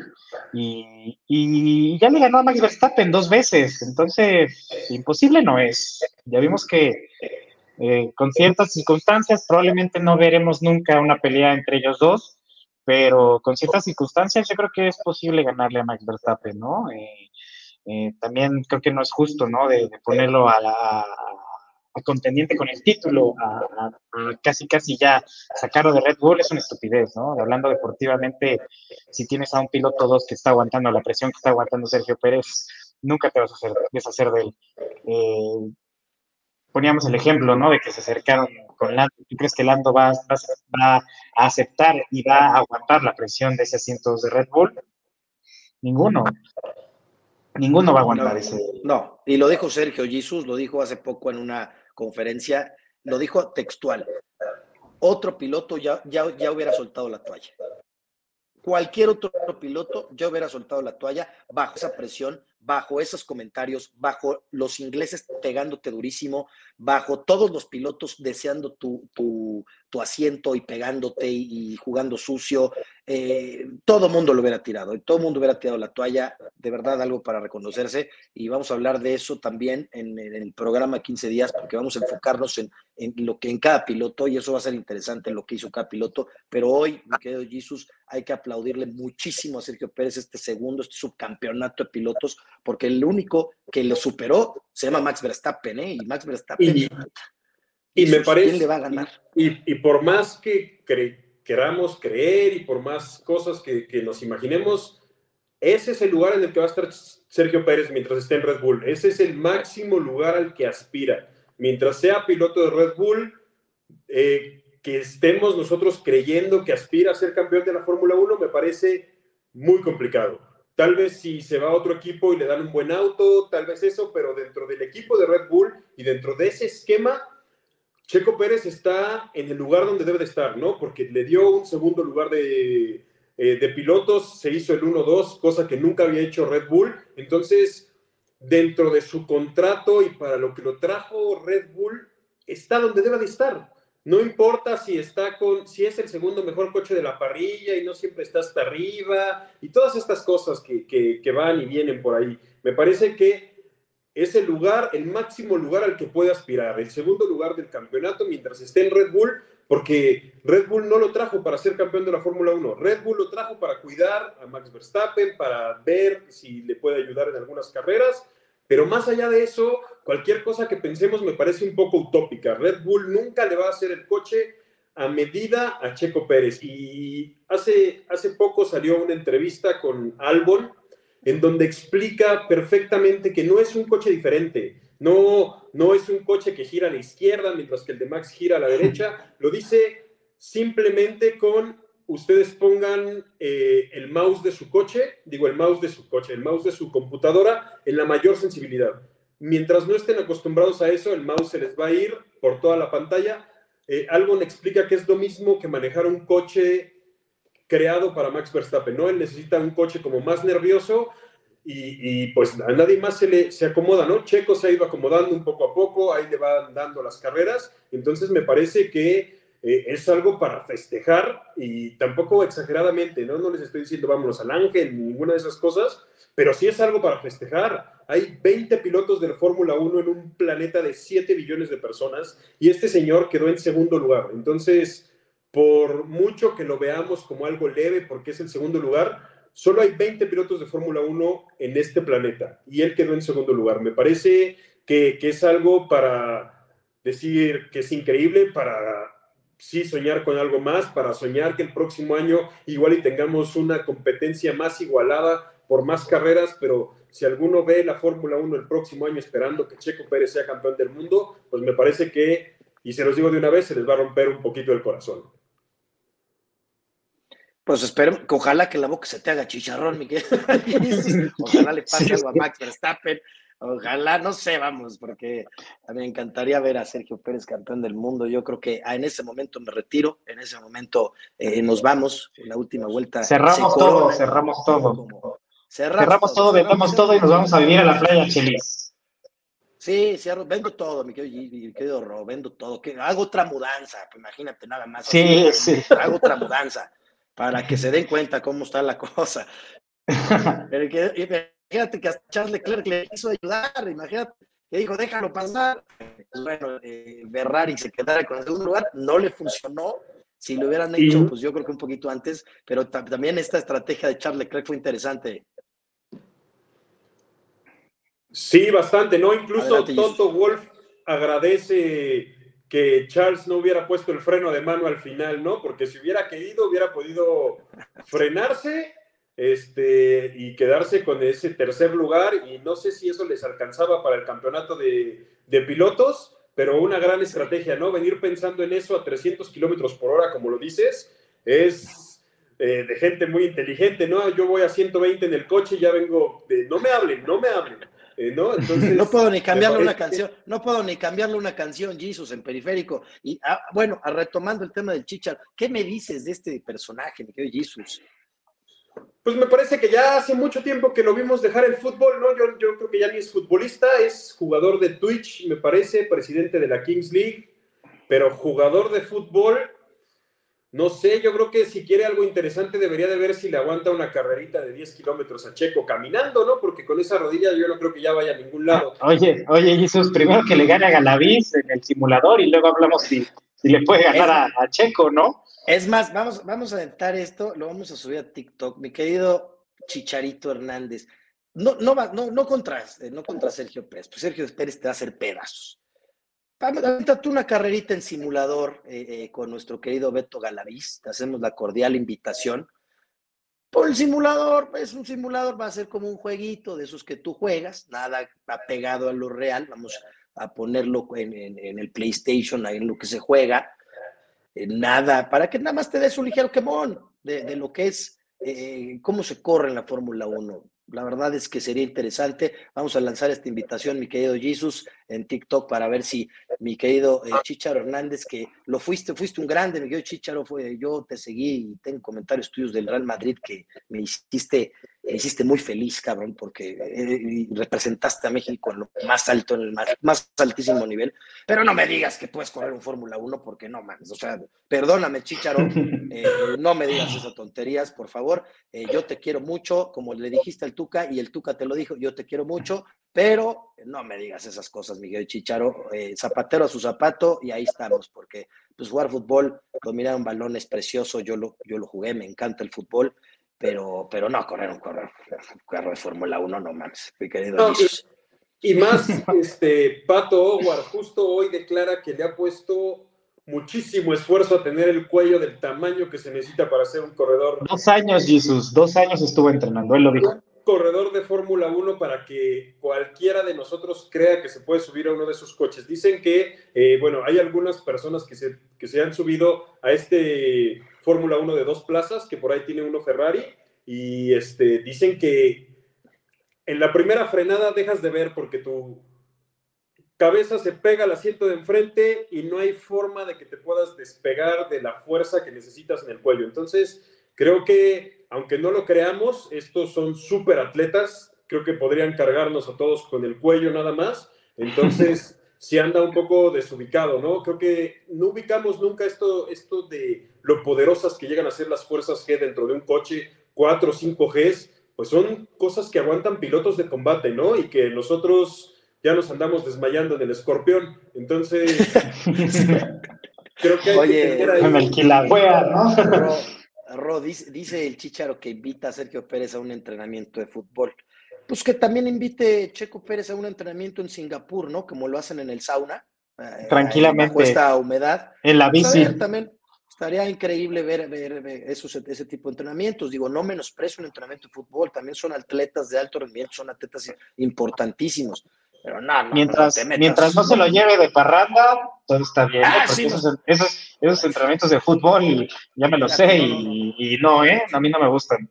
y ya le ganó a Max Verstappen 2 veces, entonces imposible no es. Ya vimos que con ciertas circunstancias probablemente no veremos nunca una pelea entre ellos dos, pero con ciertas circunstancias yo creo que es posible ganarle a Max Verstappen, ¿no? También creo que no es justo, ¿no? De ponerlo a contendiente con el título, a casi ya sacarlo de Red Bull es una estupidez, ¿no? Hablando deportivamente, si tienes a un piloto 2 que está aguantando la presión que está aguantando Sergio Pérez, nunca te vas a deshacer de él. Poníamos el ejemplo, ¿no? De que se acercaron con Lando. ¿Tú crees que Lando va a aceptar y va a aguantar la presión de ese asiento de Red Bull? Ninguno va a aguantar ese. No, y lo dijo Sergio Jesus, lo dijo hace poco en una conferencia, lo dijo textual. Otro piloto ya hubiera soltado la toalla. Cualquier otro piloto ya hubiera soltado la toalla bajo esa presión, bajo esos comentarios, bajo los ingleses pegándote durísimo, bajo todos los pilotos deseando tu asiento y pegándote y jugando sucio. Todo el mundo lo hubiera tirado, y todo el mundo hubiera tirado la toalla. De verdad, algo para reconocerse, y vamos a hablar de eso también en el programa 15 días, porque vamos a enfocarnos en lo que en cada piloto, y eso va a ser interesante lo que hizo cada piloto. Pero hoy, mi querido Jesus, hay que aplaudirle muchísimo a Sergio Pérez este subcampeonato de pilotos, porque el único que lo superó se llama Max Verstappen, ¿eh? Y Max Verstappen, y me parece, ¿quién le va a ganar? Y por más que queramos creer y por más cosas que nos imaginemos, ese es el lugar en el que va a estar Sergio Pérez mientras esté en Red Bull. Ese es el máximo lugar al que aspira. Mientras sea piloto de Red Bull, que estemos nosotros creyendo que aspira a ser campeón de la Fórmula 1, me parece muy complicado. Tal vez si se va a otro equipo y le dan un buen auto, tal vez eso, pero dentro del equipo de Red Bull y dentro de ese esquema, Checo Pérez está en el lugar donde debe de estar, ¿no? Porque le dio un segundo lugar de pilotos, se hizo el 1-2, cosa que nunca había hecho Red Bull. Entonces, dentro de su contrato y para lo que lo trajo Red Bull, está donde debe de estar. No importa si es el segundo mejor coche de la parrilla y no siempre está hasta arriba y todas estas cosas que van y vienen por ahí. Me parece que es el máximo lugar al que puede aspirar, el segundo lugar del campeonato mientras esté en Red Bull, porque Red Bull no lo trajo para ser campeón de la Fórmula 1, Red Bull lo trajo para cuidar a Max Verstappen, para ver si le puede ayudar en algunas carreras, pero más allá de eso, cualquier cosa que pensemos me parece un poco utópica. Red Bull nunca le va a hacer el coche a medida a Checo Pérez, y hace poco salió una entrevista con Albon, en donde explica perfectamente que no es un coche diferente, no es un coche que gira a la izquierda mientras que el de Max gira a la derecha, lo dice simplemente con, ustedes pongan el mouse de su computadora en la mayor sensibilidad. Mientras no estén acostumbrados a eso, el mouse se les va a ir por toda la pantalla. Albon explica que es lo mismo que manejar un coche creado para Max Verstappen, ¿no? Él necesita un coche como más nervioso y pues a nadie más se acomoda, ¿no? Checo se ha ido acomodando un poco a poco, ahí le van dando las carreras, entonces me parece que es algo para festejar y tampoco exageradamente, ¿no? No les estoy diciendo vámonos al ángel ni ninguna de esas cosas, pero sí es algo para festejar. Hay 20 pilotos de la Fórmula 1 en un planeta de 7 billones de personas y este señor quedó en segundo lugar, entonces por mucho que lo veamos como algo leve porque es el segundo lugar, solo hay 20 pilotos de Fórmula 1 en este planeta y él quedó en segundo lugar. Me parece que es algo para decir que es increíble, para sí soñar con algo más, para soñar que el próximo año igual y tengamos una competencia más igualada por más carreras, pero si alguno ve la Fórmula 1 el próximo año esperando que Checo Pérez sea campeón del mundo, pues me parece que, y se los digo de una vez, se les va a romper un poquito el corazón. Pues espero que ojalá que la boca se te haga chicharrón, Miguel. Ojalá le pase algo a Max Verstappen. Ojalá, no sé, vamos, porque a mí me encantaría ver a Sergio Pérez campeón del mundo. Yo creo que en ese momento me retiro, en ese momento nos vamos, en la última vuelta. Cerramos todo, cerramos todo. Cerramos todo, vendemos todo y nos vamos a vivir a la playa, Chelis. Sí, cierro, vendo todo, mi querido Ro, vendo todo. Hago otra mudanza, pues imagínate nada más. Sí, así, sí. Hago otra mudanza para que se den cuenta cómo está la cosa. Pero imagínate que hasta Charles Leclerc le quiso ayudar, imagínate, que dijo, déjalo pasar. Pues bueno, Ferrari se quedara con el segundo lugar, no le funcionó. Si lo hubieran hecho, pues yo creo que un poquito antes, pero también esta estrategia de Charles Leclerc fue interesante. Sí, bastante, ¿no? Incluso Adelante, Toto Wolff agradece que Charles no hubiera puesto el freno de mano al final, ¿no? Porque si hubiera querido, hubiera podido frenarse y quedarse con ese tercer lugar, y no sé si eso les alcanzaba para el campeonato de pilotos, pero una gran estrategia, ¿no? Venir pensando en eso a 300 kilómetros por hora, como lo dices, es de gente muy inteligente, ¿no? Yo voy a 120 en el coche y ya vengo de, no me hablen. ¿No? Entonces, no puedo ni cambiarle una canción, Jesus, en periférico. Y bueno, retomando el tema del Chicharo, ¿qué me dices de este personaje, mi querido Jesus? Pues me parece que ya hace mucho tiempo que lo vimos dejar el fútbol, ¿no? Yo creo que ya ni es futbolista, es jugador de Twitch, me parece, presidente de la Kings League, pero jugador de fútbol, no sé, yo creo que si quiere algo interesante debería de ver si le aguanta una carrerita de 10 kilómetros a Checo caminando, ¿no? Porque con esa rodilla yo no creo que ya vaya a ningún lado. Oye, Jesús, primero que le gane a Galaviz en el simulador y luego hablamos si le puede ganar a Checo, ¿no? Es más, vamos a aventar esto, lo vamos a subir a TikTok, mi querido Chicharito Hernández. No contra Sergio Pérez, pues Sergio Pérez te va a hacer pedazos. Avéntate una carrerita en simulador con nuestro querido Beto Galaviz, te hacemos la cordial invitación. Por el simulador, es un simulador, va a ser como un jueguito de esos que tú juegas, nada apegado a lo real, vamos a ponerlo en el PlayStation, ahí en lo que se juega, nada, para que nada más te des un ligero quemón de lo que es, cómo se corre en la Fórmula 1. La verdad es que sería interesante. Vamos a lanzar esta invitación, mi querido Jesus, en TikTok para ver si mi querido Chicharo Hernández, que fuiste un grande, mi querido Chicharo, yo te seguí y tengo comentarios tuyos del Real Madrid que me hiciste muy feliz, cabrón, porque representaste a México en lo más alto, en el más altísimo nivel. Pero no me digas que puedes correr un Fórmula 1 porque no mames, o sea, perdóname, Chicharo, no me digas esas tonterías, por favor. Yo te quiero mucho, como le dijiste al Tuca, y el Tuca te lo dijo, yo te quiero mucho, pero no me digas esas cosas, Miguel Chicharo. Zapatero a su zapato, y ahí estamos, porque pues jugar fútbol, dominar un balón es precioso, yo lo jugué, me encanta el fútbol, pero no correr un carro de Fórmula 1, no mames, mi querido no, Jesus. Y más, Pato Howard justo hoy declara que le ha puesto muchísimo esfuerzo a tener el cuello del tamaño que se necesita para ser un corredor. 2 años, Jesús, 2 años estuvo entrenando, él lo dijo. Un corredor de Fórmula 1 para que cualquiera de nosotros crea que se puede subir a uno de esos coches. Dicen que, bueno, hay algunas personas que se han subido a este Fórmula 1 de 2 plazas, que por ahí tiene uno Ferrari, y dicen que en la primera frenada dejas de ver porque tu cabeza se pega al asiento de enfrente y no hay forma de que te puedas despegar de la fuerza que necesitas en el cuello. Entonces, creo que, aunque no lo creamos, estos son súper atletas. Creo que podrían cargarnos a todos con el cuello nada más. Entonces, sí anda un poco desubicado, ¿no? Creo que no ubicamos nunca esto de lo poderosas que llegan a ser las fuerzas G dentro de un coche, 4 o 5 Gs, pues son cosas que aguantan pilotos de combate, ¿no? Y que nosotros ya nos andamos desmayando en el Escorpión. Entonces, creo que hay que tener ahí... En el Kilauea, ¿no? Dice el Chicharo que invita a Sergio Pérez a un entrenamiento de fútbol. Pues que también invite Checo Pérez a un entrenamiento en Singapur, ¿no? Como lo hacen en el sauna. tranquilamente bajo esta humedad. en la Pues a bici. ver, también estaría increíble ver ese tipo de entrenamientos. Digo, no menosprecio un entrenamiento de fútbol, también son atletas de alto rendimiento, son atletas importantísimos. Pero no te Mientras no metas. se lo lleve de parranda, todo está bien, ¿eh? Porque Sí, no. esos entrenamientos de fútbol ya me lo sé y no, a mí no me gustan.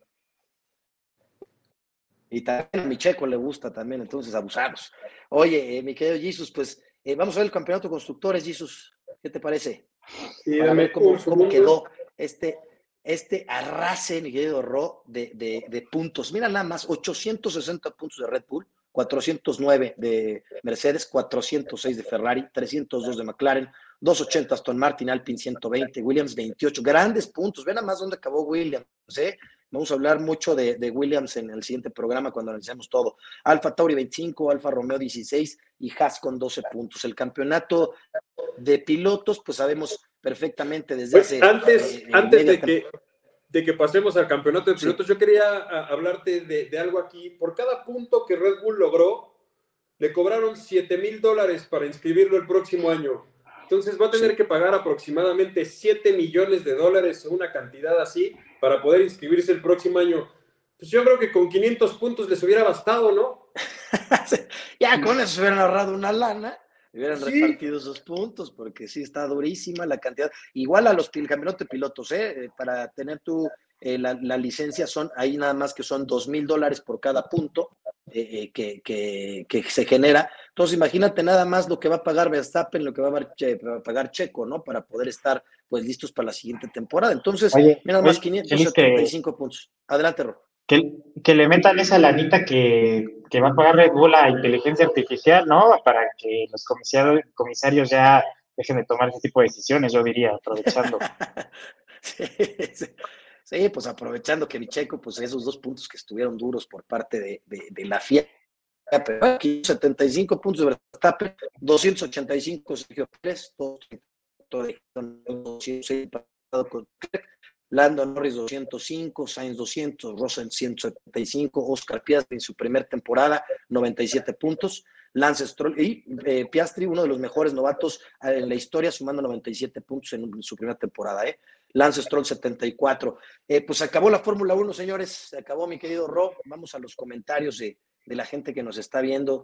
Y también a mi Checo le gusta también, entonces abusados. Oye, mi querido Jesus, pues vamos a ver el campeonato de constructores, Jesus. ¿Qué te parece? Sí, Para ver cómo segundo. quedó este arrase, mi querido Ro, de puntos. Mira nada más, 860 puntos de Red Bull, 409 de Mercedes, 406 de Ferrari, 302 de McLaren, 280 Aston Martin, Alpine 120, Williams 28. Grandes puntos. Ve nada más dónde acabó Williams, ¿eh? Vamos a hablar mucho de Williams en el siguiente programa cuando analicemos todo. Alfa Tauri 25, Alfa Romeo 16 y Haas con 12 puntos. El campeonato de pilotos, pues sabemos perfectamente desde hace antes de que pasemos al campeonato de pilotos, sí. Yo quería hablarte de algo aquí. Por cada punto que Red Bull logró, le cobraron $7,000 para inscribirlo el próximo año. Entonces va a tener que pagar aproximadamente $7 millones o una cantidad así para poder inscribirse el próximo año. Pues yo creo que con 500 puntos les hubiera bastado, ¿no? Ya con eso se hubieran ahorrado una lana, hubieran Sí. repartido esos puntos, porque sí está durísima la cantidad. Igual a los campeonatos de pilotos, para tener la licencia ahí nada más que son $2,000 por cada punto que se genera. Entonces imagínate nada más lo que va a pagar Verstappen, lo que va a pagar Checo, ¿no? Para poder estar pues listos para la siguiente temporada. Entonces, nada más 575 puntos. Adelante, Ro. Que le metan esa lanita que va a pagar Red Bull a inteligencia artificial, ¿no? Para que los comisarios ya dejen de tomar ese tipo de decisiones, yo diría, aprovechando. Sí, pues aprovechando que Checo, pues esos 2 puntos que estuvieron duros por parte de la FIA, pero aquí 75 puntos de Verstappen, 285 Sergio Pérez, todo con Lando Norris 205, Sainz 200, Russell 175, Oscar Piastri en su primer temporada 97 puntos, Lance Stroll y Piastri, uno de los mejores novatos en la historia, sumando 97 puntos en su primera temporada. Lance Stroll 74. Pues acabó la Fórmula 1, señores, se acabó, mi querido Rob. Vamos a los comentarios de la gente que nos está viendo.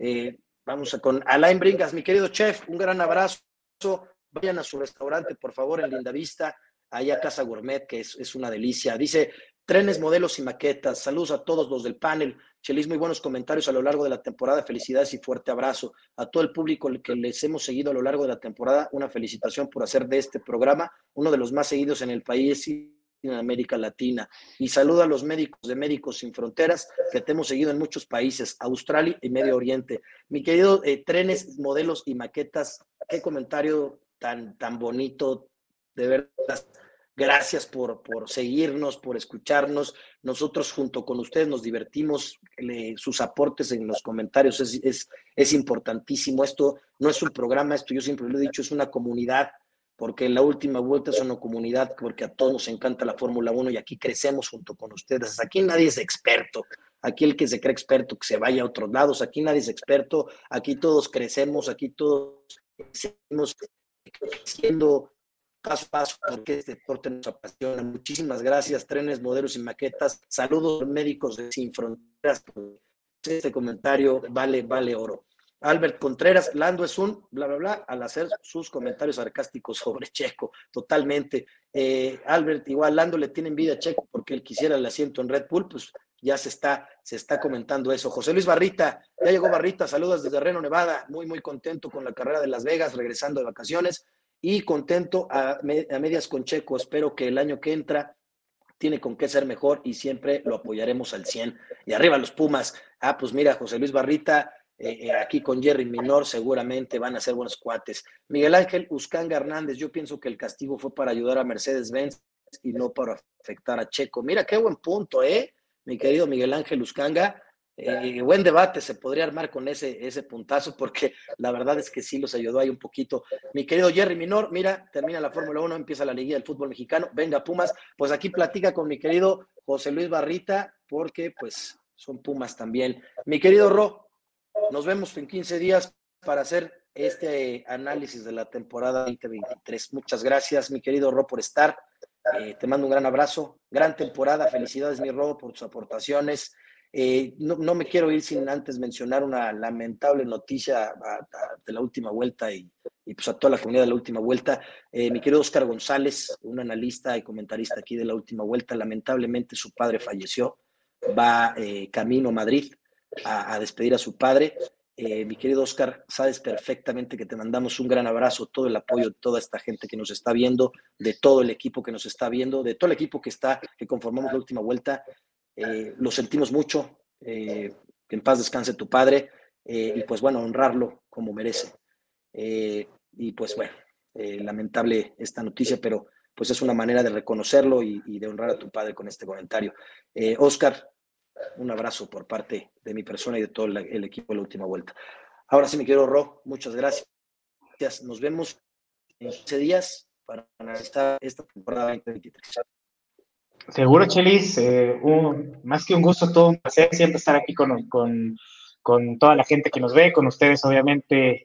Vamos con Alain Bringas, mi querido chef, un gran abrazo. Vayan a su restaurante, por favor, en Lindavista, allá Casa Gourmet, que es una delicia. Dice, trenes, modelos y maquetas. Saludos a todos los del panel. Chelis, muy buenos comentarios a lo largo de la temporada. Felicidades y fuerte abrazo. A todo el público que les hemos seguido a lo largo de la temporada, una felicitación por hacer de este programa uno de los más seguidos en el país y en América Latina. Y saludo a los médicos de Médicos Sin Fronteras, que te hemos seguido en muchos países, Australia y Medio Oriente. Mi querido trenes, modelos y maquetas, qué comentario tan bonito, de verdad. Gracias por seguirnos, por escucharnos. Nosotros junto con ustedes nos divertimos. Sus aportes en los comentarios es importantísimo. Esto no es un programa, esto yo siempre lo he dicho, es una comunidad, porque en la última vuelta es una comunidad, porque a todos nos encanta la Fórmula 1 y aquí crecemos junto con ustedes. Aquí nadie es experto. Aquí el que se cree experto que se vaya a otros lados. Aquí nadie es experto. Aquí todos crecemos, aquí todos seguimos creciendo paso a paso, porque este deporte nos apasiona. Muchísimas gracias, trenes, modelos y maquetas. Saludos médicos de Sin Fronteras. Este comentario vale oro. Albert Contreras, Lando es un bla, bla, bla, al hacer sus comentarios sarcásticos sobre Checo, totalmente. Albert, igual Lando le tiene envidia a Checo porque él quisiera el asiento en Red Bull, pues ya se está comentando eso. José Luis Barrita, ya llegó Barrita, saludos desde Reno, Nevada, muy contento con la carrera de Las Vegas, regresando de vacaciones y contento a medias con Checo. Espero que el año que entra tiene con qué ser mejor y siempre lo apoyaremos al 100. Y arriba los Pumas. Pues mira, José Luis Barrita, aquí con Jerry Minor seguramente van a ser buenos cuates. Miguel Ángel Uscanga Hernández, yo pienso que el castigo fue para ayudar a Mercedes-Benz y no para afectar a Checo. Mira qué buen punto, mi querido Miguel Ángel Uscanga. Buen debate se podría armar con ese puntazo, porque la verdad es que sí los ayudó ahí un poquito. Mi querido Jerry Minor, mira, termina la Fórmula 1, empieza la liguilla del fútbol mexicano, venga Pumas, pues aquí platica con mi querido José Luis Barrita, porque pues son Pumas también. Mi querido Ro, nos vemos en 15 días para hacer este análisis de la temporada 2023. Muchas gracias, mi querido Ro, por estar. Te mando un gran abrazo. Gran temporada. Felicidades, mi Ro, por tus aportaciones. No me quiero ir sin antes mencionar una lamentable noticia de la última vuelta y pues a toda la comunidad de la última vuelta. Mi querido Oscar González, un analista y comentarista aquí de la última vuelta, lamentablemente su padre falleció. Va camino a Madrid a despedir a su padre. Mi querido Oscar, sabes perfectamente que te mandamos un gran abrazo, todo el apoyo de toda esta gente que nos está viendo, de todo el equipo que nos está viendo, de todo el equipo que conformamos la última vuelta. Lo sentimos mucho, que en paz descanse tu padre, y pues bueno, honrarlo como merece. Y pues bueno, lamentable esta noticia, pero pues es una manera de reconocerlo y de honrar a tu padre con este comentario. Oscar, un abrazo por parte de mi persona y de todo el equipo de la última vuelta. Ahora sí, mi querido Ro, muchas gracias. Nos vemos en 15 días para analizar esta temporada 2023. Seguro, Chelis, más que un gusto, todo un placer siempre estar aquí con toda la gente que nos ve, con ustedes, obviamente,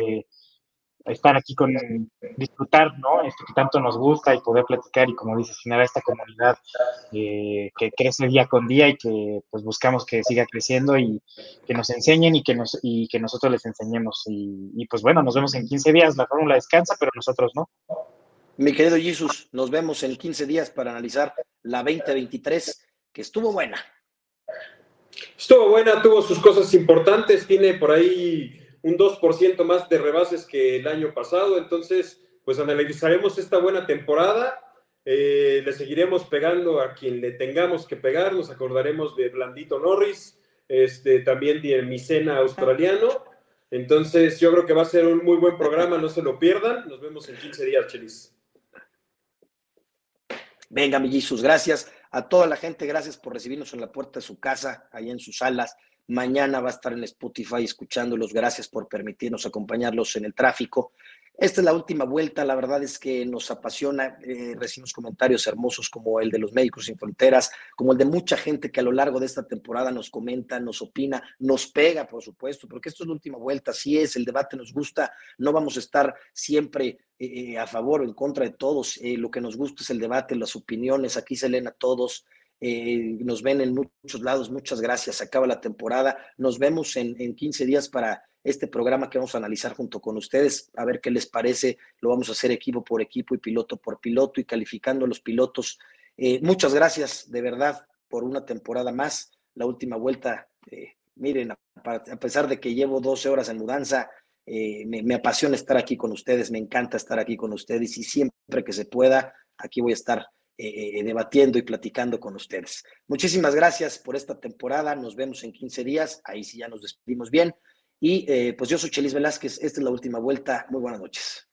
estar aquí disfrutar, ¿no? Esto que tanto nos gusta y poder platicar y, como dices, generar esta comunidad que crece día con día y que pues buscamos que siga creciendo y que nos enseñen y que nosotros les enseñemos. Y pues bueno, nos vemos en 15 días. La fórmula descansa, pero nosotros no. Mi querido Jesus, nos vemos en 15 días para analizar la 2023, que estuvo buena. Estuvo buena, tuvo sus cosas importantes, tiene por ahí un 2% más de rebases que el año pasado, entonces pues analizaremos esta buena temporada, le seguiremos pegando a quien le tengamos que pegar, nos acordaremos de Blandito Norris, también de Micena australiano, entonces yo creo que va a ser un muy buen programa, no se lo pierdan, nos vemos en 15 días, Chelis. Venga, mi Jesus, gracias a toda la gente, gracias por recibirnos en la puerta de su casa, allá en sus salas. Mañana va a estar en Spotify escuchándolos, gracias por permitirnos acompañarlos en el tráfico. Esta es la última vuelta, la verdad es que nos apasiona, recibimos comentarios hermosos como el de los Médicos Sin Fronteras, como el de mucha gente que a lo largo de esta temporada nos comenta, nos opina, nos pega, por supuesto, porque esto es la última vuelta, así es, el debate nos gusta, no vamos a estar siempre a favor o en contra de todos, lo que nos gusta es el debate, las opiniones, aquí se leen a todos, nos ven en muchos lados, muchas gracias, acaba la temporada, nos vemos en 15 días para este programa que vamos a analizar junto con ustedes, a ver qué les parece, lo vamos a hacer equipo por equipo y piloto por piloto y calificando a los pilotos. Muchas gracias de verdad por una temporada más, la última vuelta, miren, a pesar de que llevo 12 horas en mudanza, me apasiona estar aquí con ustedes, me encanta estar aquí con ustedes y siempre que se pueda, aquí voy a estar debatiendo y platicando con ustedes. Muchísimas gracias por esta temporada, nos vemos en 15 días, ahí sí ya nos despedimos bien y pues yo soy Chelis Velázquez, esta es la última vuelta, muy buenas noches.